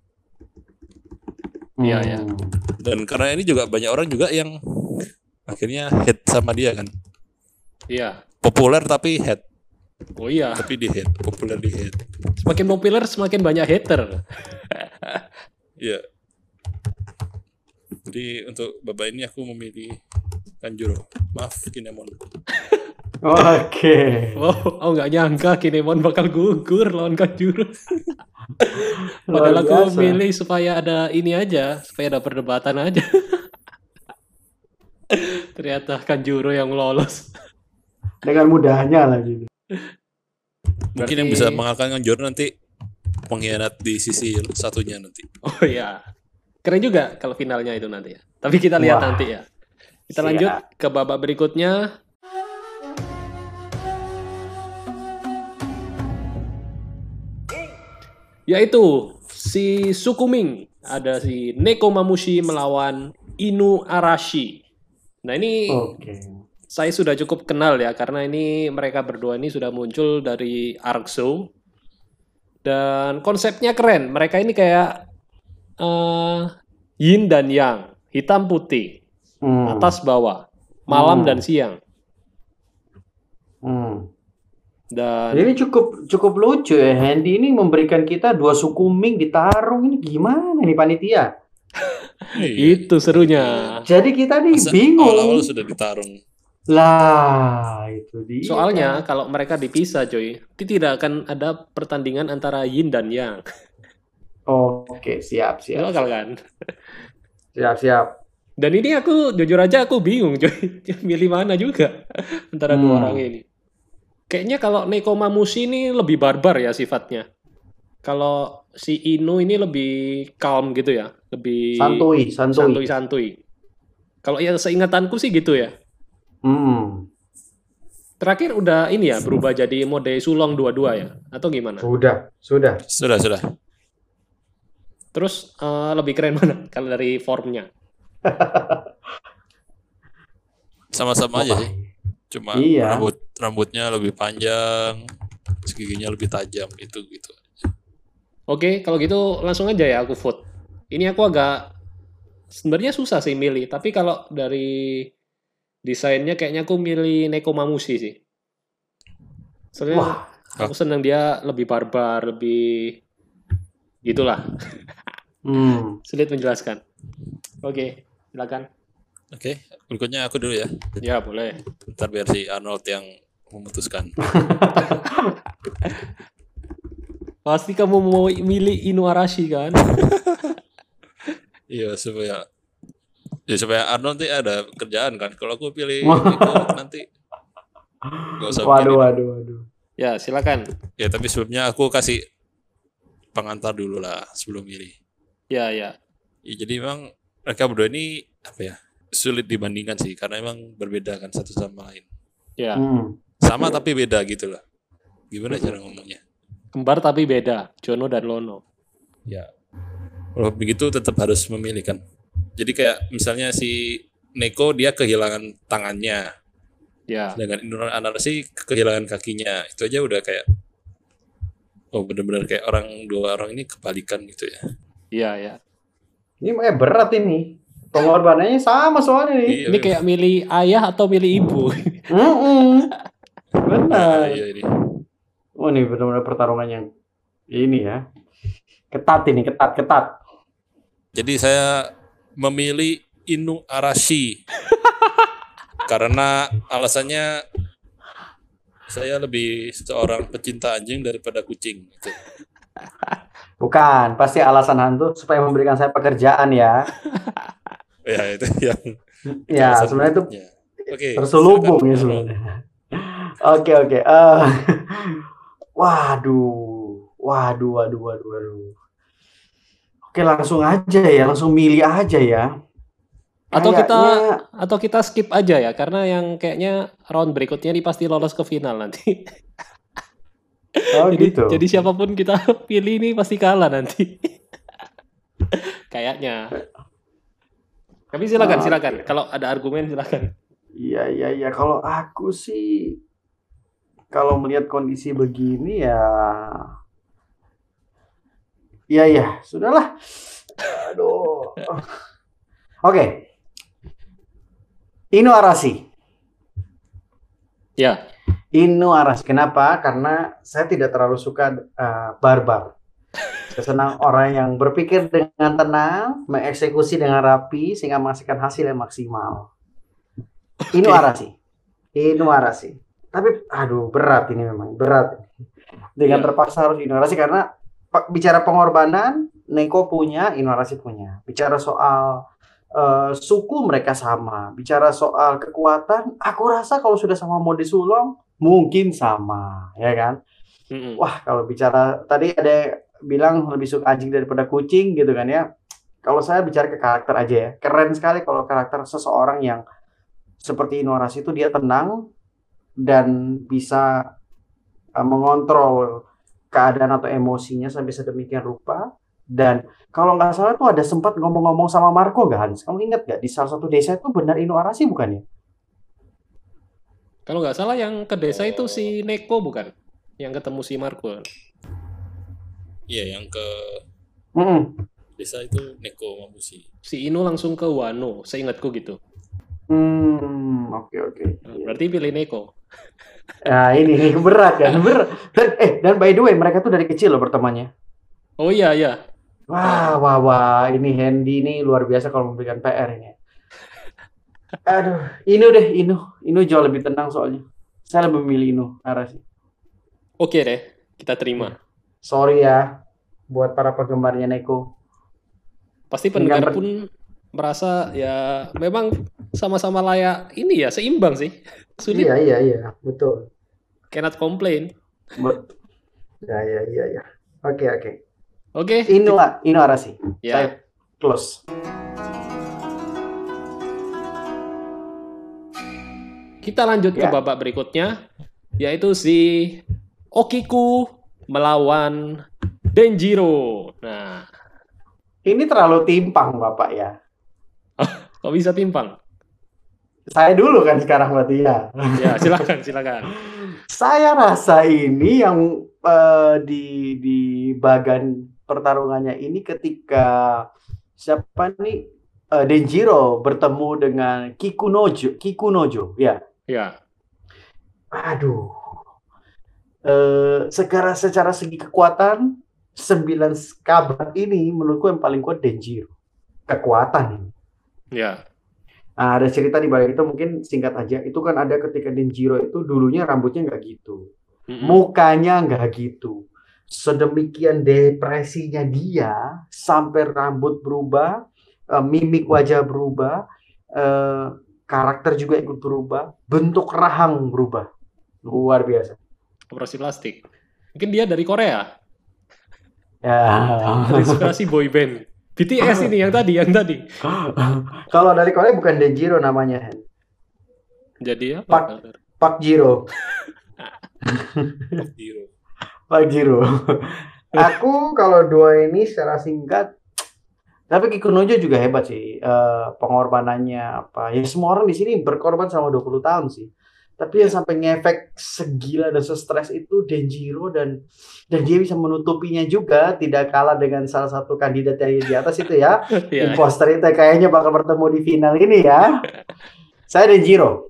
Speaker 1: Iya.
Speaker 3: Dan karena ini juga banyak orang juga yang akhirnya hate sama dia kan.
Speaker 1: Iya.
Speaker 3: Populer tapi hate.
Speaker 1: Oh iya.
Speaker 3: Tapi di hate, populer di hate.
Speaker 1: Semakin populer semakin banyak hater.
Speaker 3: Iya. Jadi untuk babak ini aku memilih Kanjuro. Maaf Kinemon.
Speaker 2: Oke.
Speaker 1: Oh nggak nyangka Kinemon bakal gugur lawan Kanjuro. Padahal aku milih supaya ada ini aja, supaya ada perdebatan aja. Ternyata Kanjuro yang lolos.
Speaker 2: Dengan mudahnya lagi.
Speaker 3: Mungkin yang bisa mengalahkan Kanjuro nanti pengkhianat di sisi satunya nanti.
Speaker 1: Oh iya. Keren juga kalau finalnya itu nanti ya. Tapi kita lihat nanti ya. Kita lanjut ke babak berikutnya. Yaitu si Sukuming. Ada si Nekomamushi melawan Inu Arashi. Nah ini saya sudah cukup kenal ya, karena ini mereka berdua ini sudah muncul dari Arc Show. Dan konsepnya keren. Mereka ini kayak yin dan yang, hitam putih, atas bawah, malam dan siang. Dan
Speaker 2: Ini cukup lucu ya. Handy ini memberikan kita 2 suku Ming ditarung, ini gimana nih panitia?
Speaker 1: itu serunya.
Speaker 2: Jadi kita nih
Speaker 3: Masa
Speaker 2: bingung.
Speaker 3: awal-awal sudah ditarung.
Speaker 2: Lah, itu dia.
Speaker 1: Soalnya kalau mereka dipisah, coy, itu tidak akan ada pertandingan antara Yin dan Yang.
Speaker 2: Oke, siap.
Speaker 1: Itu akal kan?
Speaker 2: Siap.
Speaker 1: Dan ini aku jujur aja aku bingung, coy. Milih mana juga antara dua orang ini. Kayaknya kalau Nekomamushi ini lebih barbar ya sifatnya. Kalau si Inu ini lebih calm gitu ya, lebih santuy. Kalau ya seingatanku sih gitu ya. Terakhir udah ini ya berubah jadi mode sulong 22 ya atau gimana?
Speaker 2: Sudah.
Speaker 1: Terus lebih keren mana kalau dari formnya?
Speaker 3: Sama-sama aja sih. Cuma rambutnya lebih panjang, giginya lebih tajam gitu.
Speaker 1: Oke, kalau gitu langsung aja ya aku vote. Ini aku agak sebenarnya susah sih milih, tapi kalau dari desainnya kayaknya aku milih Nekomamushi sih. Soalnya aku senang dia lebih barbar, lebih gitulah. Sulit menjelaskan. Oke, silakan.
Speaker 3: Oke, berikutnya aku dulu ya.
Speaker 1: Ya, boleh.
Speaker 3: Bentar biar si Arnold yang memutuskan.
Speaker 1: Pasti kamu mau milih Inuarashi kan?
Speaker 3: Iya, supaya Arnold nanti ada kerjaan kan. Kalau aku pilih itu nanti gak usah
Speaker 2: Waduh.
Speaker 1: Ya, silakan.
Speaker 3: Ya, tapi sebelumnya aku kasih pengantar dulu lah sebelum milih.
Speaker 1: Ya.
Speaker 3: Ya, jadi memang mereka berdua ini sulit dibandingkan sih karena emang berbeda kan satu sama lain.
Speaker 1: Ya.
Speaker 3: Sama tapi beda gitu lah. Gimana cara ngomongnya?
Speaker 1: Kembar tapi beda, Jono dan Lono.
Speaker 3: Ya. Kalau begitu tetap harus memilih kan. Jadi kayak misalnya si Neko dia kehilangan tangannya.
Speaker 1: Ya.
Speaker 3: Sedangkan Inuarashi kehilangan kakinya. Itu aja udah kayak benar-benar kayak dua orang ini kebalikan gitu ya.
Speaker 1: Iya.
Speaker 2: Ini berat ini. Pengorbanannya sama soalnya nih.
Speaker 1: Ini kayak milih ayah atau milih ibu.
Speaker 2: Benar.
Speaker 3: Iya ini.
Speaker 2: Ini benar-benar pertarungan yang ini ya. Ketat.
Speaker 3: Jadi saya memilih Inuarashi. Karena alasannya saya lebih seorang pecinta anjing daripada kucing gitu.
Speaker 2: Bukan, pasti alasan hantu supaya memberikan saya pekerjaan ya.
Speaker 3: Ya itu yang.
Speaker 2: Ya sebenarnya itu terselubung ya sebenarnya. Oke. Waduh. Oke, langsung milih aja ya.
Speaker 1: Atau kita skip aja ya, karena yang kayaknya round berikutnya ini pasti lolos ke final nanti.
Speaker 2: Gitu.
Speaker 1: Jadi siapapun kita pilih ini pasti kalah nanti. Kayaknya. Tapi silakan. Kalau ada argumen silakan.
Speaker 2: Iya. Kalau aku sih, kalau melihat kondisi begini ya, sudahlah. Aduh. Oke. Inuarashi.
Speaker 1: Ya.
Speaker 2: Inuarashi. Kenapa? Karena saya tidak terlalu suka barbar. Saya senang orang yang berpikir dengan tenang, mengeksekusi dengan rapi, sehingga menghasilkan hasil yang maksimal. Inuarashi. Tapi, berat ini memang. Dengan terpaksa harus Inuarashi karena bicara pengorbanan, Neko punya, Inuarashi punya. Bicara soal suku mereka sama. Bicara soal kekuatan, aku rasa kalau sudah sama mode sulong, mungkin sama, ya kan? Wah, kalau bicara tadi ada bilang lebih suka anjing daripada kucing gitu kan ya. Kalau saya bicara ke karakter aja ya. Keren sekali kalau karakter seseorang yang seperti Inuarashi itu dia tenang dan bisa mengontrol keadaan atau emosinya sampai sedemikian rupa. Dan kalau nggak salah tuh ada sempat ngomong-ngomong sama Marco nggak, Hans? Kamu ingat nggak di salah satu desa itu benar Inuarashi bukan ya?
Speaker 1: Kalau nggak salah yang ke desa itu si Neko bukan? Yang ketemu si Marco.
Speaker 3: Iya, yang ke desa itu Nekomamushi.
Speaker 1: Si Inu langsung ke Wano, seingatku gitu.
Speaker 2: Oke.
Speaker 1: Berarti pilih Neko.
Speaker 2: Nah, ini berat kan, berat. Dan by the way, mereka tuh dari kecil loh bertemannya.
Speaker 1: Oh iya.
Speaker 2: Wah, ini Hendy ini luar biasa kalau memberikan PR ini. Aduh, Inu jauh lebih tenang soalnya. Saya lebih memilih Inu, Arasi.
Speaker 1: Oke deh, kita terima.
Speaker 2: Sorry ya, buat para penggemarnya Neko.
Speaker 1: Pasti pendengar pun merasa ya memang sama-sama layak ini ya, seimbang sih. Sulit.
Speaker 2: Iya, betul.
Speaker 1: Cannot complain.
Speaker 2: Ya. Oke.
Speaker 1: Oke.
Speaker 2: Inu Arasi.
Speaker 1: Ya.
Speaker 2: Saya close.
Speaker 1: Kita lanjut ke babak berikutnya, yaitu si Okiku melawan Denjiro. Nah,
Speaker 2: ini terlalu timpang, Bapak ya.
Speaker 1: Kok bisa timpang?
Speaker 2: Saya dulu kan sekarang berarti ya.
Speaker 1: Ya, silakan.
Speaker 2: Saya rasa ini yang di bagian pertarungannya ini ketika siapa nih Denjiro bertemu dengan Kikunojo, ya.
Speaker 1: Ya.
Speaker 2: Aduh. Secara segi kekuatan 9 kabar ini menurutku yang paling kuat Denjiro. Kekuatan ini.
Speaker 1: Ya.
Speaker 2: Nah, ada cerita di balik itu, mungkin singkat aja. Itu kan ada ketika Denjiro itu dulunya rambutnya nggak gitu. Mukanya nggak gitu. Sedemikian depresinya dia sampai rambut berubah, mimik wajah berubah, karakter juga ikut berubah, bentuk rahang berubah. Luar biasa.
Speaker 1: Operasi plastik. Mungkin dia dari Korea.
Speaker 2: Ya.
Speaker 1: Terinspirasi boy band. BTS ini yang tadi.
Speaker 2: Kalau dari Korea bukan Denjiro namanya, Hen.
Speaker 1: Jadi apa?
Speaker 2: Pak Jiro. Pak Jiro. Aku kalau dua ini secara singkat, tapi Kikunojo juga hebat sih. Pengorbanannya apa? Ya semua orang di sini berkorban selama 20 tahun sih. Tapi yang sampai ngefek segila dan stres itu Denjiro, dan dia bisa menutupinya juga, tidak kalah dengan salah satu kandidat yang di atas itu ya. Imposter itu kayaknya bakal bertemu di final ini ya. Saya Denjiro.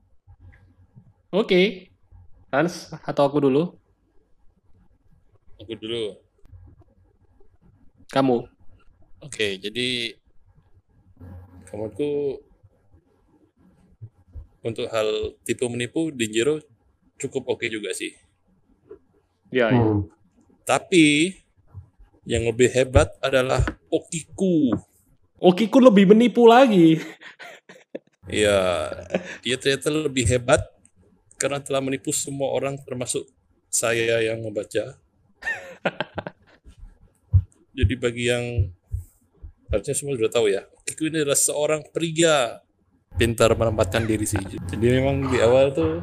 Speaker 1: Oke. Hans atau aku dulu?
Speaker 3: Aku dulu.
Speaker 1: Kamu.
Speaker 3: Oke, jadi menurutku untuk hal tipu menipu Denjiro cukup oke juga sih.
Speaker 1: Ya.
Speaker 3: Tapi yang lebih hebat adalah Okiku.
Speaker 1: Okiku lebih menipu lagi.
Speaker 3: Iya, dia ternyata lebih hebat karena telah menipu semua orang termasuk saya yang membaca. Jadi bagi yang harusnya semua sudah tahu ya, Okiku ini adalah seorang pria pintar menempatkan diri sih. Jadi memang di awal tuh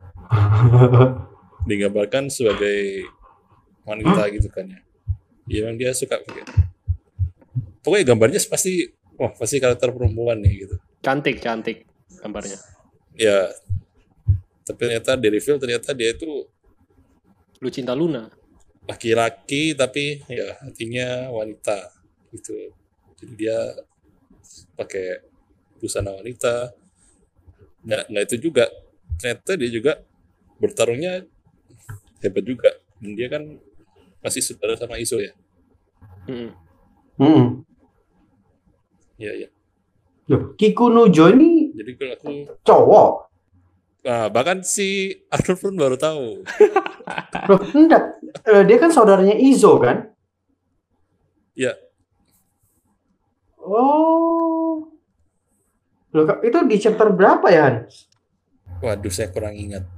Speaker 3: digambarkan sebagai wanita gitu kan ya. Ya memang dia suka pokoknya gambarnya pasti karakter perempuan nih gitu.
Speaker 1: Cantik gambarnya.
Speaker 3: Ya. Tapi ternyata di reveal ternyata dia itu
Speaker 1: Lucinta Luna.
Speaker 3: Laki-laki tapi ya hatinya wanita gitu. Jadi dia pakai busana wanita. Nggak itu juga. Ternyata dia juga bertarungnya hebat juga. Dan dia kan masih saudara sama Iso ya. Iya.
Speaker 2: Loh, Kikunojo ini
Speaker 3: jadi kalau aku
Speaker 2: cowok.
Speaker 3: Nah, bahkan si Arnold pun baru tahu.
Speaker 2: Loh, enggak. Dia kan saudaranya Izo kan?
Speaker 3: Ya.
Speaker 2: Oh. Loh, itu di chapter berapa ya, Hans?
Speaker 3: Waduh, saya kurang ingat.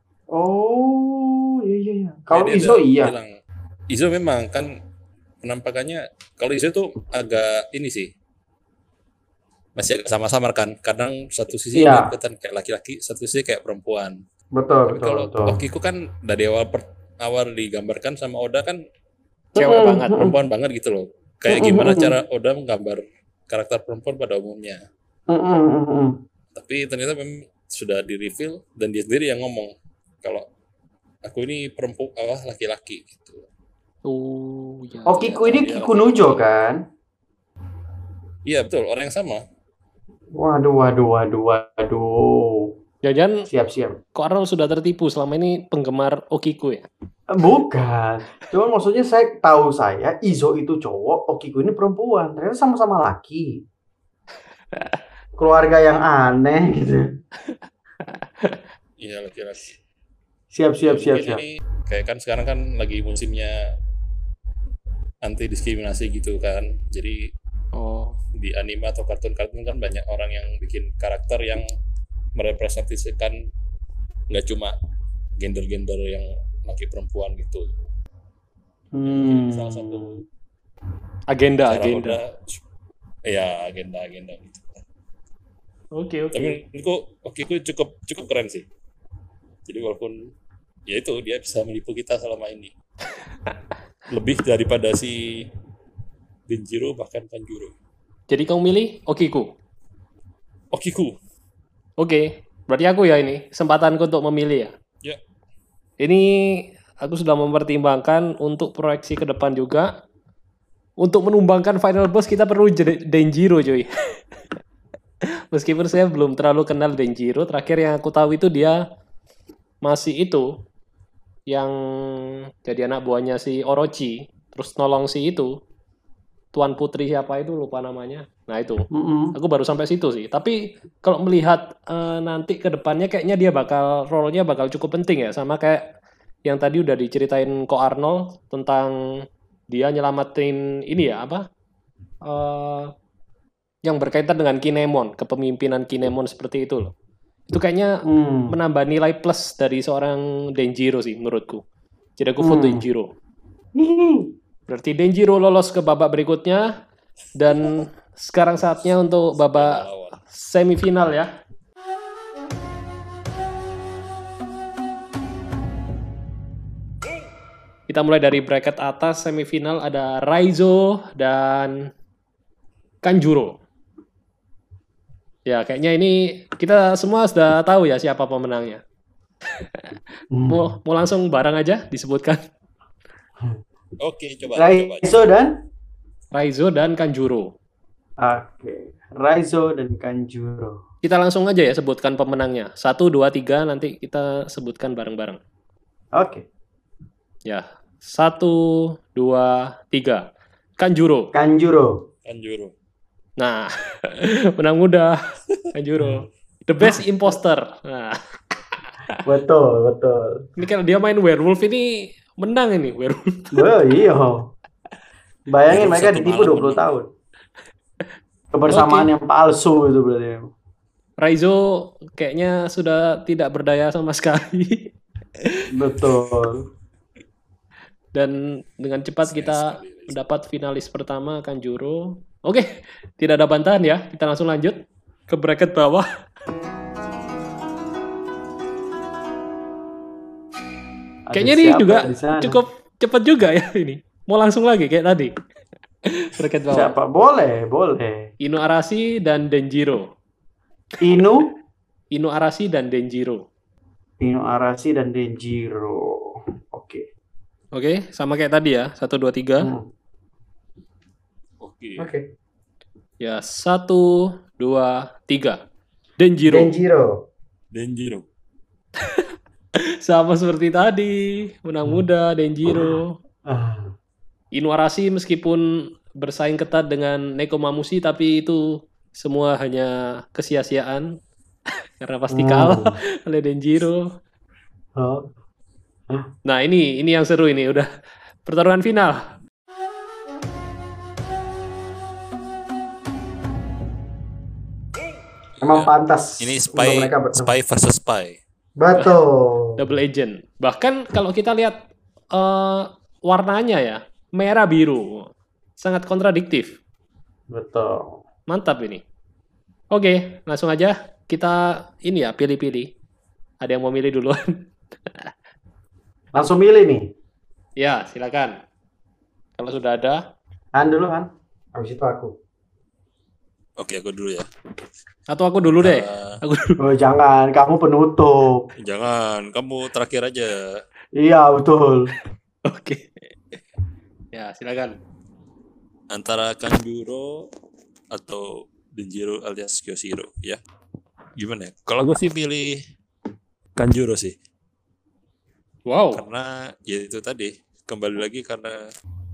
Speaker 2: Oh, iya. Kalau
Speaker 3: ya,
Speaker 2: Izo iya.
Speaker 3: Bilang, Izo memang kan penampakannya, kalau Izo tuh agak ini sih. Masih agak sama-samar kan. Kadang satu sisi kelihatan kayak laki-laki, satu sisi kayak perempuan.
Speaker 2: Betul.
Speaker 3: Kalau Okiku kan dari awal digambarkan sama Oda kan
Speaker 1: cewek banget,
Speaker 3: perempuan banget gitu loh. Kayak gimana cara Oda menggambar karakter perempuan pada umumnya. Tapi ternyata memang sudah di-reveal dan dia sendiri yang ngomong kalau aku ini perempuan laki-laki gitu.
Speaker 1: Ya.
Speaker 2: Okiku ini Kikunojo kan?
Speaker 3: Iya betul, orang yang sama.
Speaker 2: Waduh.
Speaker 1: Jangan
Speaker 2: Siap.
Speaker 1: kok Arnold sudah tertipu selama ini penggemar Okiku ya?
Speaker 2: Bukan. Cuman maksudnya tahu saya Izo itu cowok, Okiku ini perempuan. Ternyata sama-sama laki. Keluarga yang aneh gitu.
Speaker 3: Iya, laki-laki.
Speaker 2: Siap.
Speaker 3: Ini kayak kan sekarang kan lagi musimnya anti diskriminasi gitu kan. Jadi di anime atau kartun-kartun kan banyak orang yang bikin karakter yang merepresentasikan nggak cuma gender-gender yang laki perempuan gitu. Salah satu
Speaker 1: agenda.
Speaker 3: Ya agenda gitu.
Speaker 1: Oke.
Speaker 3: Tapi menurutku cukup keren sih. Jadi walaupun ya itu dia bisa menipu kita selama ini. Lebih daripada si Denjiro bahkan Kanjuro.
Speaker 1: Jadi kamu milih Okiku? Oke, berarti aku ya ini kesempatanku untuk memilih ya.
Speaker 3: Ya.
Speaker 1: Ini aku sudah mempertimbangkan untuk proyeksi ke depan juga. Untuk menumbangkan final boss kita perlu Denjiro cuy. Meskipun saya belum terlalu kenal Denjiro, terakhir yang aku tahu itu dia masih itu yang jadi anak buahnya si Orochi, terus nolong si itu Tuan Putri siapa itu lupa namanya. Nah itu, aku baru sampai situ sih. Tapi kalau melihat nanti ke depannya kayaknya dia role-nya bakal cukup penting ya, sama kayak yang tadi udah diceritain Ko Arnold tentang dia nyelamatin ini ya yang berkaitan dengan Kinemon, kepemimpinan Kinemon seperti itu loh. Itu kayaknya menambah nilai plus dari seorang Denjiro sih menurutku. Jadi aku vote Denjiro. Berarti Denjiro lolos ke babak berikutnya dan sekarang saatnya untuk babak semifinal ya. Kita mulai dari bracket atas semifinal ada Raizo dan Kanjuro. Ya, kayaknya ini kita semua sudah tahu ya siapa pemenangnya. Mau langsung bareng aja disebutkan.
Speaker 3: Oke, coba.
Speaker 1: Raizo dan Kanjuro.
Speaker 2: Oke, Raizo dan Kanjuro.
Speaker 1: Kita langsung aja ya sebutkan pemenangnya. 1, 2, 3 nanti kita sebutkan bareng-bareng.
Speaker 2: Oke.
Speaker 1: Ya, 1, 2, 3. Kanjuro. Nah, menang mudah. Kanjuro. The best imposter. Nah.
Speaker 2: Betul.
Speaker 1: Ini kalau dia main werewolf ini menang ini werewolf.
Speaker 2: Iya. Bayangin mereka ditipu 20 tahun. Kebersamaan yang palsu itu berarti.
Speaker 1: Raizo kayaknya sudah tidak berdaya sama sekali.
Speaker 2: Betul.
Speaker 1: Dan dengan cepat kita mendapat finalis pertama Kanjuro. Oke, tidak ada bantahan ya. Kita langsung lanjut ke bracket bawah. Kayaknya ini juga cukup cepat juga ya ini. Mau langsung lagi kayak tadi. Bracket bawah.
Speaker 2: Siapa? Boleh.
Speaker 1: Inu Arashi dan Denjiro.
Speaker 2: Inu
Speaker 1: Arashi dan Denjiro. Oke, sama kayak tadi ya. 1, 2, 3.
Speaker 3: Oke.
Speaker 1: Ya, 1, 2, 3. Denjiro. Sama seperti tadi. Menang muda Denjiro. Inu Arashi meskipun bersaing ketat dengan Nekomamushi, tapi itu semua hanya kesia-siaan. Karena pasti kalah oleh Denjiro. Nah, ini yang seru ini. Udah pertarungan final.
Speaker 2: Emang pantas.
Speaker 3: Ini spy versus spy.
Speaker 2: Betul.
Speaker 1: Double agent. Bahkan kalau kita lihat warnanya ya, merah biru. Sangat kontradiktif.
Speaker 2: Betul.
Speaker 1: Mantap ini. Oke, langsung aja kita ini ya pilih-pilih. Ada yang mau milih duluan?
Speaker 2: Langsung milih nih.
Speaker 1: Ya, silakan. Kalau sudah ada.
Speaker 2: Dulu Han. Habis itu aku.
Speaker 3: Oke, aku dulu ya.
Speaker 1: Atau aku dulu deh. Aku dulu.
Speaker 2: Oh, jangan, kamu penutup.
Speaker 3: Jangan, kamu terakhir aja.
Speaker 2: Iya, betul.
Speaker 1: Oke. Ya, silakan.
Speaker 3: Antara Kanjuro atau Denjiro alias Kyoshiro ya. Gimana ya? Kalau gue sih pilih Kanjuro sih.
Speaker 1: Wow.
Speaker 3: Karena ya itu tadi, kembali lagi karena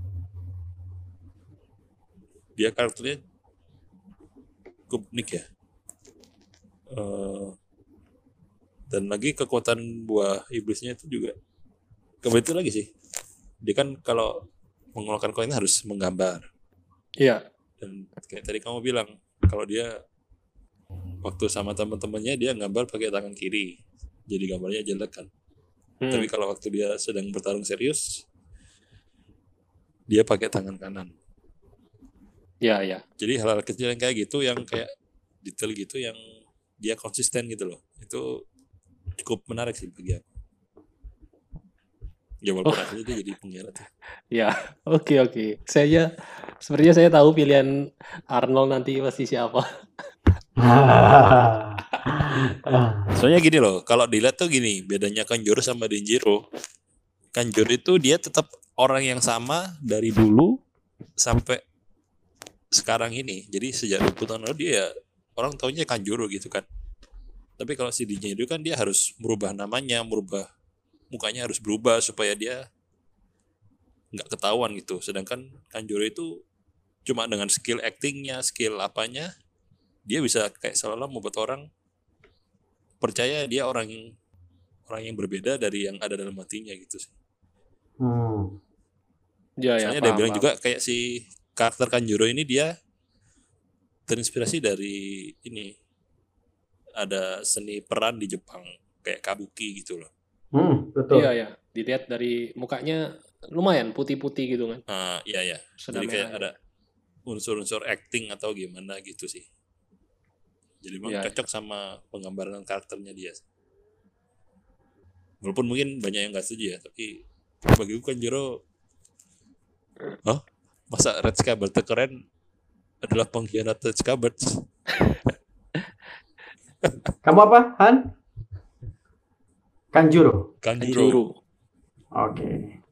Speaker 3: dia karakternya cukup unik ya. Dan lagi kekuatan buah iblisnya itu juga kembali itu lagi sih. Dia kan kalau mengeluarkan koin harus menggambar.
Speaker 1: Iya.
Speaker 3: Dan kayak tadi kamu bilang, kalau dia waktu sama teman-temannya dia gambar pakai tangan kiri, jadi gambarnya jelek kan. Tapi kalau waktu dia sedang bertarung serius, dia pakai tangan kanan.
Speaker 1: Iya.
Speaker 3: Jadi hal-hal kecil yang kayak gitu, yang kayak detail gitu, yang dia konsisten gitu loh. Itu cukup menarik sih bagi aku. Ya walaupun akhirnya dia jadi pengkhianat.
Speaker 1: Ya, oke. Sepertinya saya tahu pilihan Arnold nanti pasti siapa.
Speaker 3: Soalnya gini loh, kalau dilihat tuh gini, bedanya Kanjuro sama Denjiro. Kanjuro itu dia tetap orang yang sama dari dulu sampai sekarang ini. Jadi sejak 20 tahun lalu dia ya orang taunya Kanjuro gitu kan. Tapi kalau si Denjiro kan dia harus merubah namanya, mukanya harus berubah supaya dia nggak ketahuan gitu. Sedangkan Kanjuro itu cuma dengan skill actingnya, skill apanya, dia bisa kayak seolah-olah membuat orang percaya dia orang yang berbeda dari yang ada dalam hatinya gitu sih. Soalnya dia bilang juga kayak si karakter Kanjuro ini dia terinspirasi dari ini, ada seni peran di Jepang kayak kabuki gitu loh.
Speaker 2: Betul.
Speaker 1: Iya. Dilihat dari mukanya lumayan putih-putih gitu kan.
Speaker 3: Iya. Jadi kayak ada unsur-unsur acting atau gimana gitu sih. Jadi memang cocok sama penggambaran karakternya dia. Walaupun mungkin banyak yang nggak setuju ya, tapi bagi gue Kanjuro, masa Red Scabbard keren adalah pengkhianat Red Scabbard.
Speaker 2: Kamu apa, Han? Kanjuro. Oke.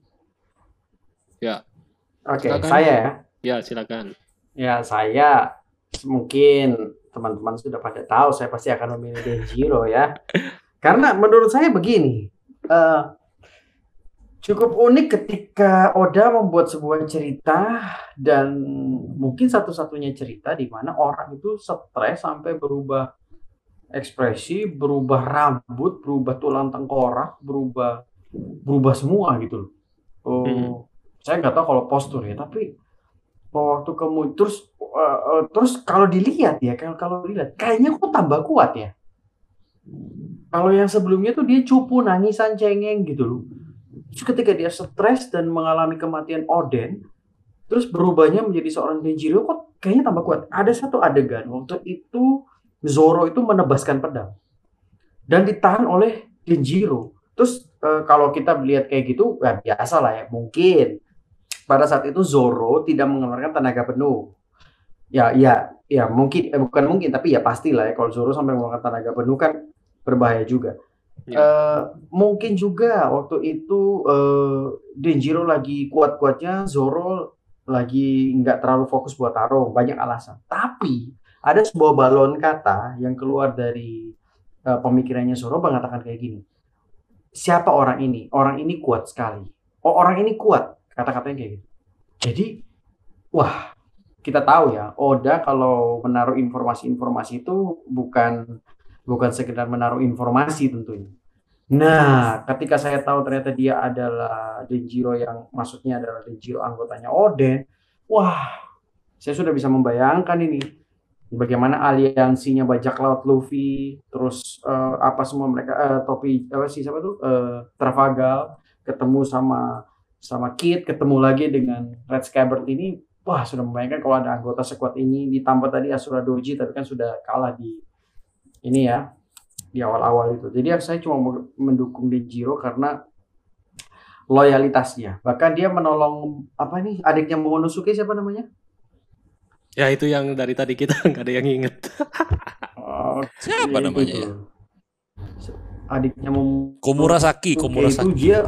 Speaker 1: Ya.
Speaker 2: Oke,
Speaker 1: silakan.
Speaker 2: saya ya.
Speaker 1: Ya, silakan.
Speaker 2: Ya, saya mungkin teman-teman sudah pada tahu saya pasti akan memilih Denjiro ya. Karena menurut saya begini, cukup unik ketika Oda membuat sebuah cerita dan mungkin satu-satunya cerita di mana orang itu stres sampai berubah ekspresi, berubah rambut, berubah tulang tengkorak, berubah semua gitu loh. Saya nggak tahu kalau postur ya, tapi waktu kemudian terus kalau dilihat kayaknya kok tambah kuat ya. Kalau yang sebelumnya tuh dia cupu, nangisan, cengeng gitu loh. Terus ketika dia stres dan mengalami kematian Oden, terus berubahnya menjadi seorang Denjiro, kok kayaknya tambah kuat. Ada satu adegan waktu itu Zoro itu menebaskan pedang dan ditahan oleh Denjiro. Terus kalau kita melihat kayak gitu, ya biasa lah ya. Mungkin pada saat itu Zoro tidak mengeluarkan tenaga penuh. Ya mungkin, bukan mungkin, tapi ya pastilah ya kalau Zoro sampai mengeluarkan tenaga penuh kan berbahaya juga. Mungkin juga waktu itu Denjiro lagi kuat-kuatnya, Zoro lagi nggak terlalu fokus buat tarung, banyak alasan. Tapi ada sebuah balon kata yang keluar dari pemikirannya Zoro mengatakan kayak gini. Siapa orang ini? Orang ini kuat sekali. Oh, orang ini kuat. Kata-katanya kayak gitu. Jadi, wah, kita tahu ya, Oda kalau menaruh informasi-informasi itu bukan sekedar menaruh informasi tentunya. Nah, ketika saya tahu ternyata dia adalah Denjiro yang maksudnya adalah Denjiro anggotanya Oden, wah, saya sudah bisa membayangkan ini. Bagaimana aliansinya bajak laut Luffy, terus apa semua mereka topi siapa tuh Trafalgar ketemu sama Kid, ketemu lagi dengan Red Scabbard ini, wah sudah membayangkan kalau ada anggota sekuat ini, ditambah tadi Asura Doji tapi kan sudah kalah di ini ya di awal-awal itu. Jadi saya cuma mendukung Denjiro karena loyalitasnya. Bahkan dia menolong adiknya Momonosuke, siapa namanya?
Speaker 1: Ya itu yang dari tadi kita nggak ada yang inget.
Speaker 3: Siapa namanya ya?
Speaker 2: Adiknya
Speaker 3: Komurasaki.
Speaker 2: Itu dia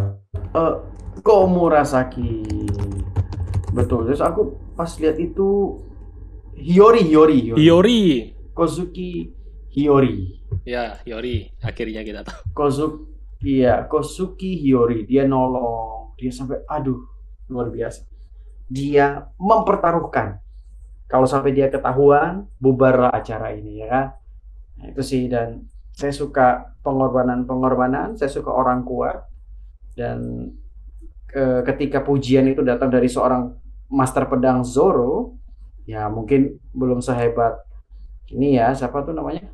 Speaker 2: Komurasaki. Betul. Terus aku pas lihat itu Hiyori.
Speaker 1: Hiyori.
Speaker 2: Kozuki Hiyori.
Speaker 1: Ya, Hiyori. Akhirnya kita tahu.
Speaker 2: Kozuki Hiyori. Dia nolong. Dia sampai, aduh, luar biasa. Dia mempertaruhkan. Kalau sampai dia ketahuan, bubarlah acara ini, ya kan? Nah, itu sih, dan saya suka pengorbanan, saya suka orang kuat, dan ketika pujian itu datang dari seorang master pedang Zoro, ya mungkin belum sehebat ini ya, siapa tuh namanya?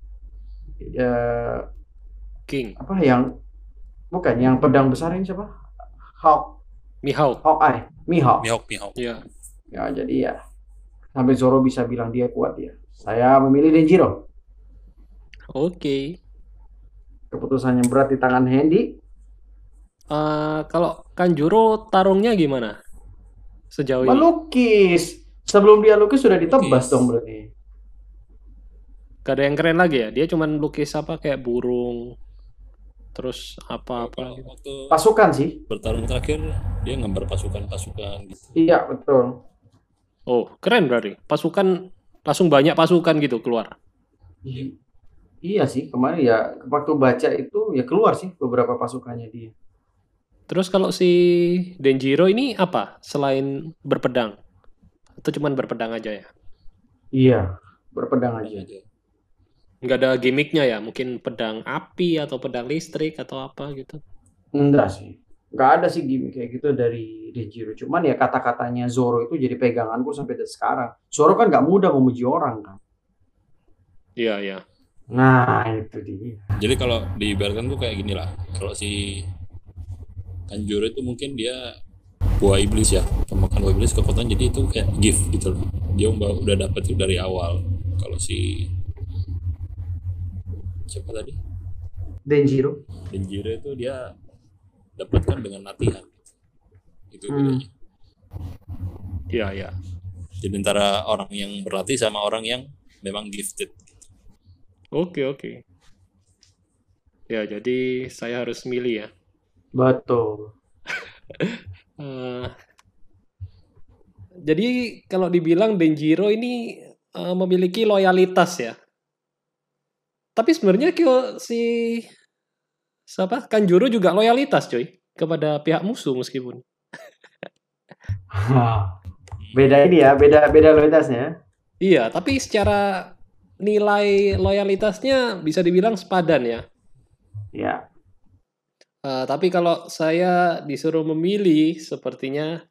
Speaker 1: King.
Speaker 2: Apa yang bukan yang pedang besar ini siapa?
Speaker 1: Mihawk.
Speaker 2: Mihawk.
Speaker 1: Ya.
Speaker 2: Ya, jadi ya sampai Zoro bisa bilang dia kuat ya. Saya memilih Denjiro.
Speaker 1: Oke.
Speaker 2: Keputusan yang berat di tangan Handy.
Speaker 1: Kalau Kanjuro tarungnya gimana? Sejauh ini?
Speaker 2: Melukis. Sebelum dia lukis sudah ditebas dong berarti.
Speaker 1: Gak ada yang keren lagi ya? Dia cuman lukis apa kayak burung. Terus apa-apa.
Speaker 3: Waktu
Speaker 2: Pasukan sih.
Speaker 3: bertarung terakhir dia gambar pasukan gitu.
Speaker 2: Iya, betul.
Speaker 1: Oh, keren berarti. Pasukan langsung banyak pasukan gitu keluar.
Speaker 2: Iya sih, kemarin ya waktu baca itu ya keluar sih beberapa pasukannya dia.
Speaker 1: Terus kalau si Denjiro ini apa selain berpedang? Atau cuman berpedang aja ya?
Speaker 2: Iya, berpedang aja.
Speaker 1: Nggak ada gimmicknya ya? Mungkin pedang api atau pedang listrik atau apa gitu?
Speaker 2: Enggak sih. Nggak ada sih gimmick kayak gitu dari Denjiro. Cuman ya kata-katanya Zoro itu jadi peganganku sampai sekarang. Zoro kan nggak mudah memuji orang kan.
Speaker 1: Iya.
Speaker 2: Nah, itu dia.
Speaker 3: Jadi kalau diibaratkan tuh kayak gini lah. Kalau si Kanjuro itu mungkin dia buah iblis ya, pemakan buah iblis kekuatan, jadi itu kayak gift gitu loh. Dia udah dapet itu dari awal. Kalau si siapa tadi?
Speaker 2: Denjiro
Speaker 3: itu dia dapatkan dengan latihan. Itu bedanya.
Speaker 1: Iya.
Speaker 3: Jadi antara orang yang berlatih sama orang yang memang gifted.
Speaker 1: Oke. Ya, jadi saya harus milih ya.
Speaker 2: betul.
Speaker 1: Jadi kalau dibilang Denjiro ini memiliki loyalitas ya. Tapi sebenarnya si Kanjuro juga loyalitas coy kepada pihak musuh meskipun.
Speaker 2: Beda ini ya, beda loyalitasnya.
Speaker 1: Iya, tapi secara nilai loyalitasnya bisa dibilang sepadan ya.
Speaker 2: Ya.
Speaker 1: Tapi kalau saya disuruh memilih, sepertinya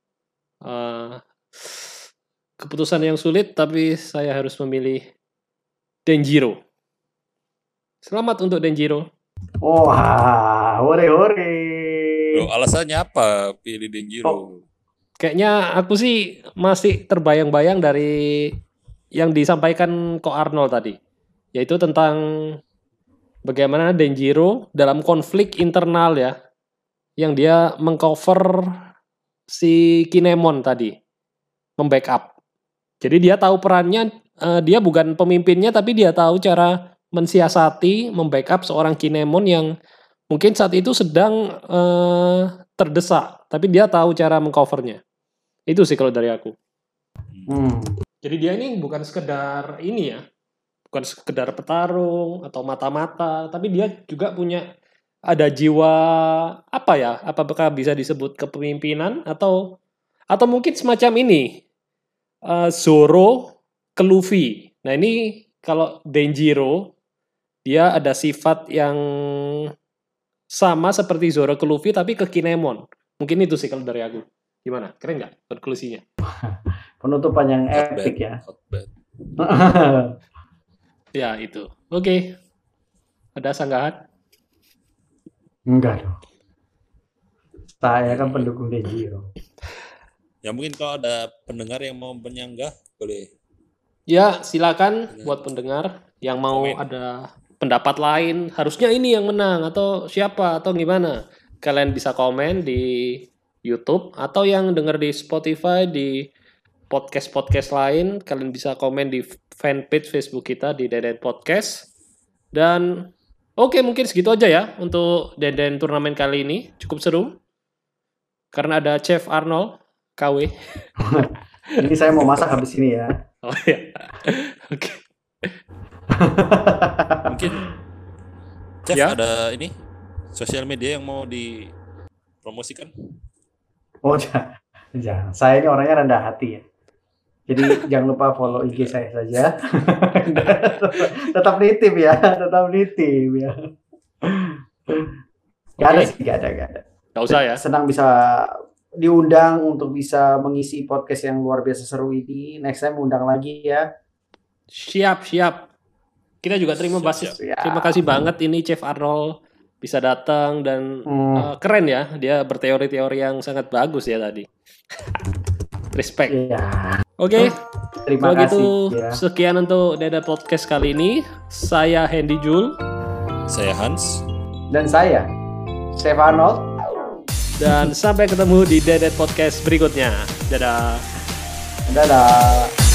Speaker 1: keputusan yang sulit, tapi saya harus memilih Denjiro. Selamat untuk Denjiro.
Speaker 2: Wah, hore.
Speaker 3: Loh, alasannya apa pilih Denjiro?
Speaker 1: Kayaknya aku sih masih terbayang-bayang dari yang disampaikan Ko Arnold tadi, yaitu tentang bagaimana Denjiro dalam konflik internal ya, yang dia mengcover si Kinemon tadi, membackup. Jadi dia tahu perannya, dia bukan pemimpinnya, tapi dia tahu cara mensiasati, membackup seorang Kinemon yang mungkin saat itu sedang terdesak, tapi dia tahu cara mengcovernya. Itu sih kalau dari aku. Jadi dia ini bukan sekedar ini ya, bukan sekedar petarung atau mata-mata, tapi dia juga punya ada jiwa apa ya? Apakah bisa disebut kepemimpinan atau mungkin semacam ini Zoro ke Luffy. Nah ini kalau Denjiro dia ada sifat yang sama seperti Zoro ke Luffy tapi ke Kinemon. Mungkin itu sih kalau dari aku. Gimana? Keren nggak konklusinya?
Speaker 2: Penutupan yang epic ya.
Speaker 1: Ya itu. Oke. Ada sanggahan?
Speaker 2: Enggak dong. Saya kan pendukung Denjiro.
Speaker 3: Ya mungkin kalau ada pendengar yang mau menyanggah boleh.
Speaker 1: Ya silakan buat pendengar yang mau ada pendapat lain. Harusnya ini yang menang atau siapa atau gimana? Kalian bisa komen di YouTube atau yang dengar di Spotify, di podcast lain, kalian bisa komen di fanpage Facebook kita di Denden Podcast. Dan oke, mungkin segitu aja ya untuk Denden turnamen kali ini. Cukup seru. Karena ada Chef Arnold KW.
Speaker 2: Ini saya mau masak habis ini ya.
Speaker 1: Oh ya. Oke.
Speaker 3: Mungkin Chef
Speaker 1: Ya.
Speaker 3: ada ini sosial media yang mau dipromosikan?
Speaker 2: Oh, jangan. Saya ini orangnya rendah hati ya. Jadi jangan lupa follow IG saya saja. Tetap nitip ya, tetap nitip ya. Gak ada sih, gak ada.
Speaker 1: Gak usah ya.
Speaker 2: Senang bisa diundang untuk bisa mengisi podcast yang luar biasa seru ini. Next time undang lagi ya.
Speaker 1: Siap. Kita juga terima terima kasih banget ini Chef Arnold bisa datang dan keren ya. Dia berteori-teori yang sangat bagus ya tadi. Respect.
Speaker 2: Iya.
Speaker 1: Oke.
Speaker 2: Terima
Speaker 1: Kalau
Speaker 2: kasih.
Speaker 1: gitu
Speaker 2: Ya.
Speaker 1: sekian untuk Dada Podcast kali ini. Saya Hendy Jul
Speaker 3: Saya Hans.
Speaker 2: Dan saya, Chef Arnold.
Speaker 1: dan sampai ketemu di Dada Podcast berikutnya. Dadah.
Speaker 2: Dadah.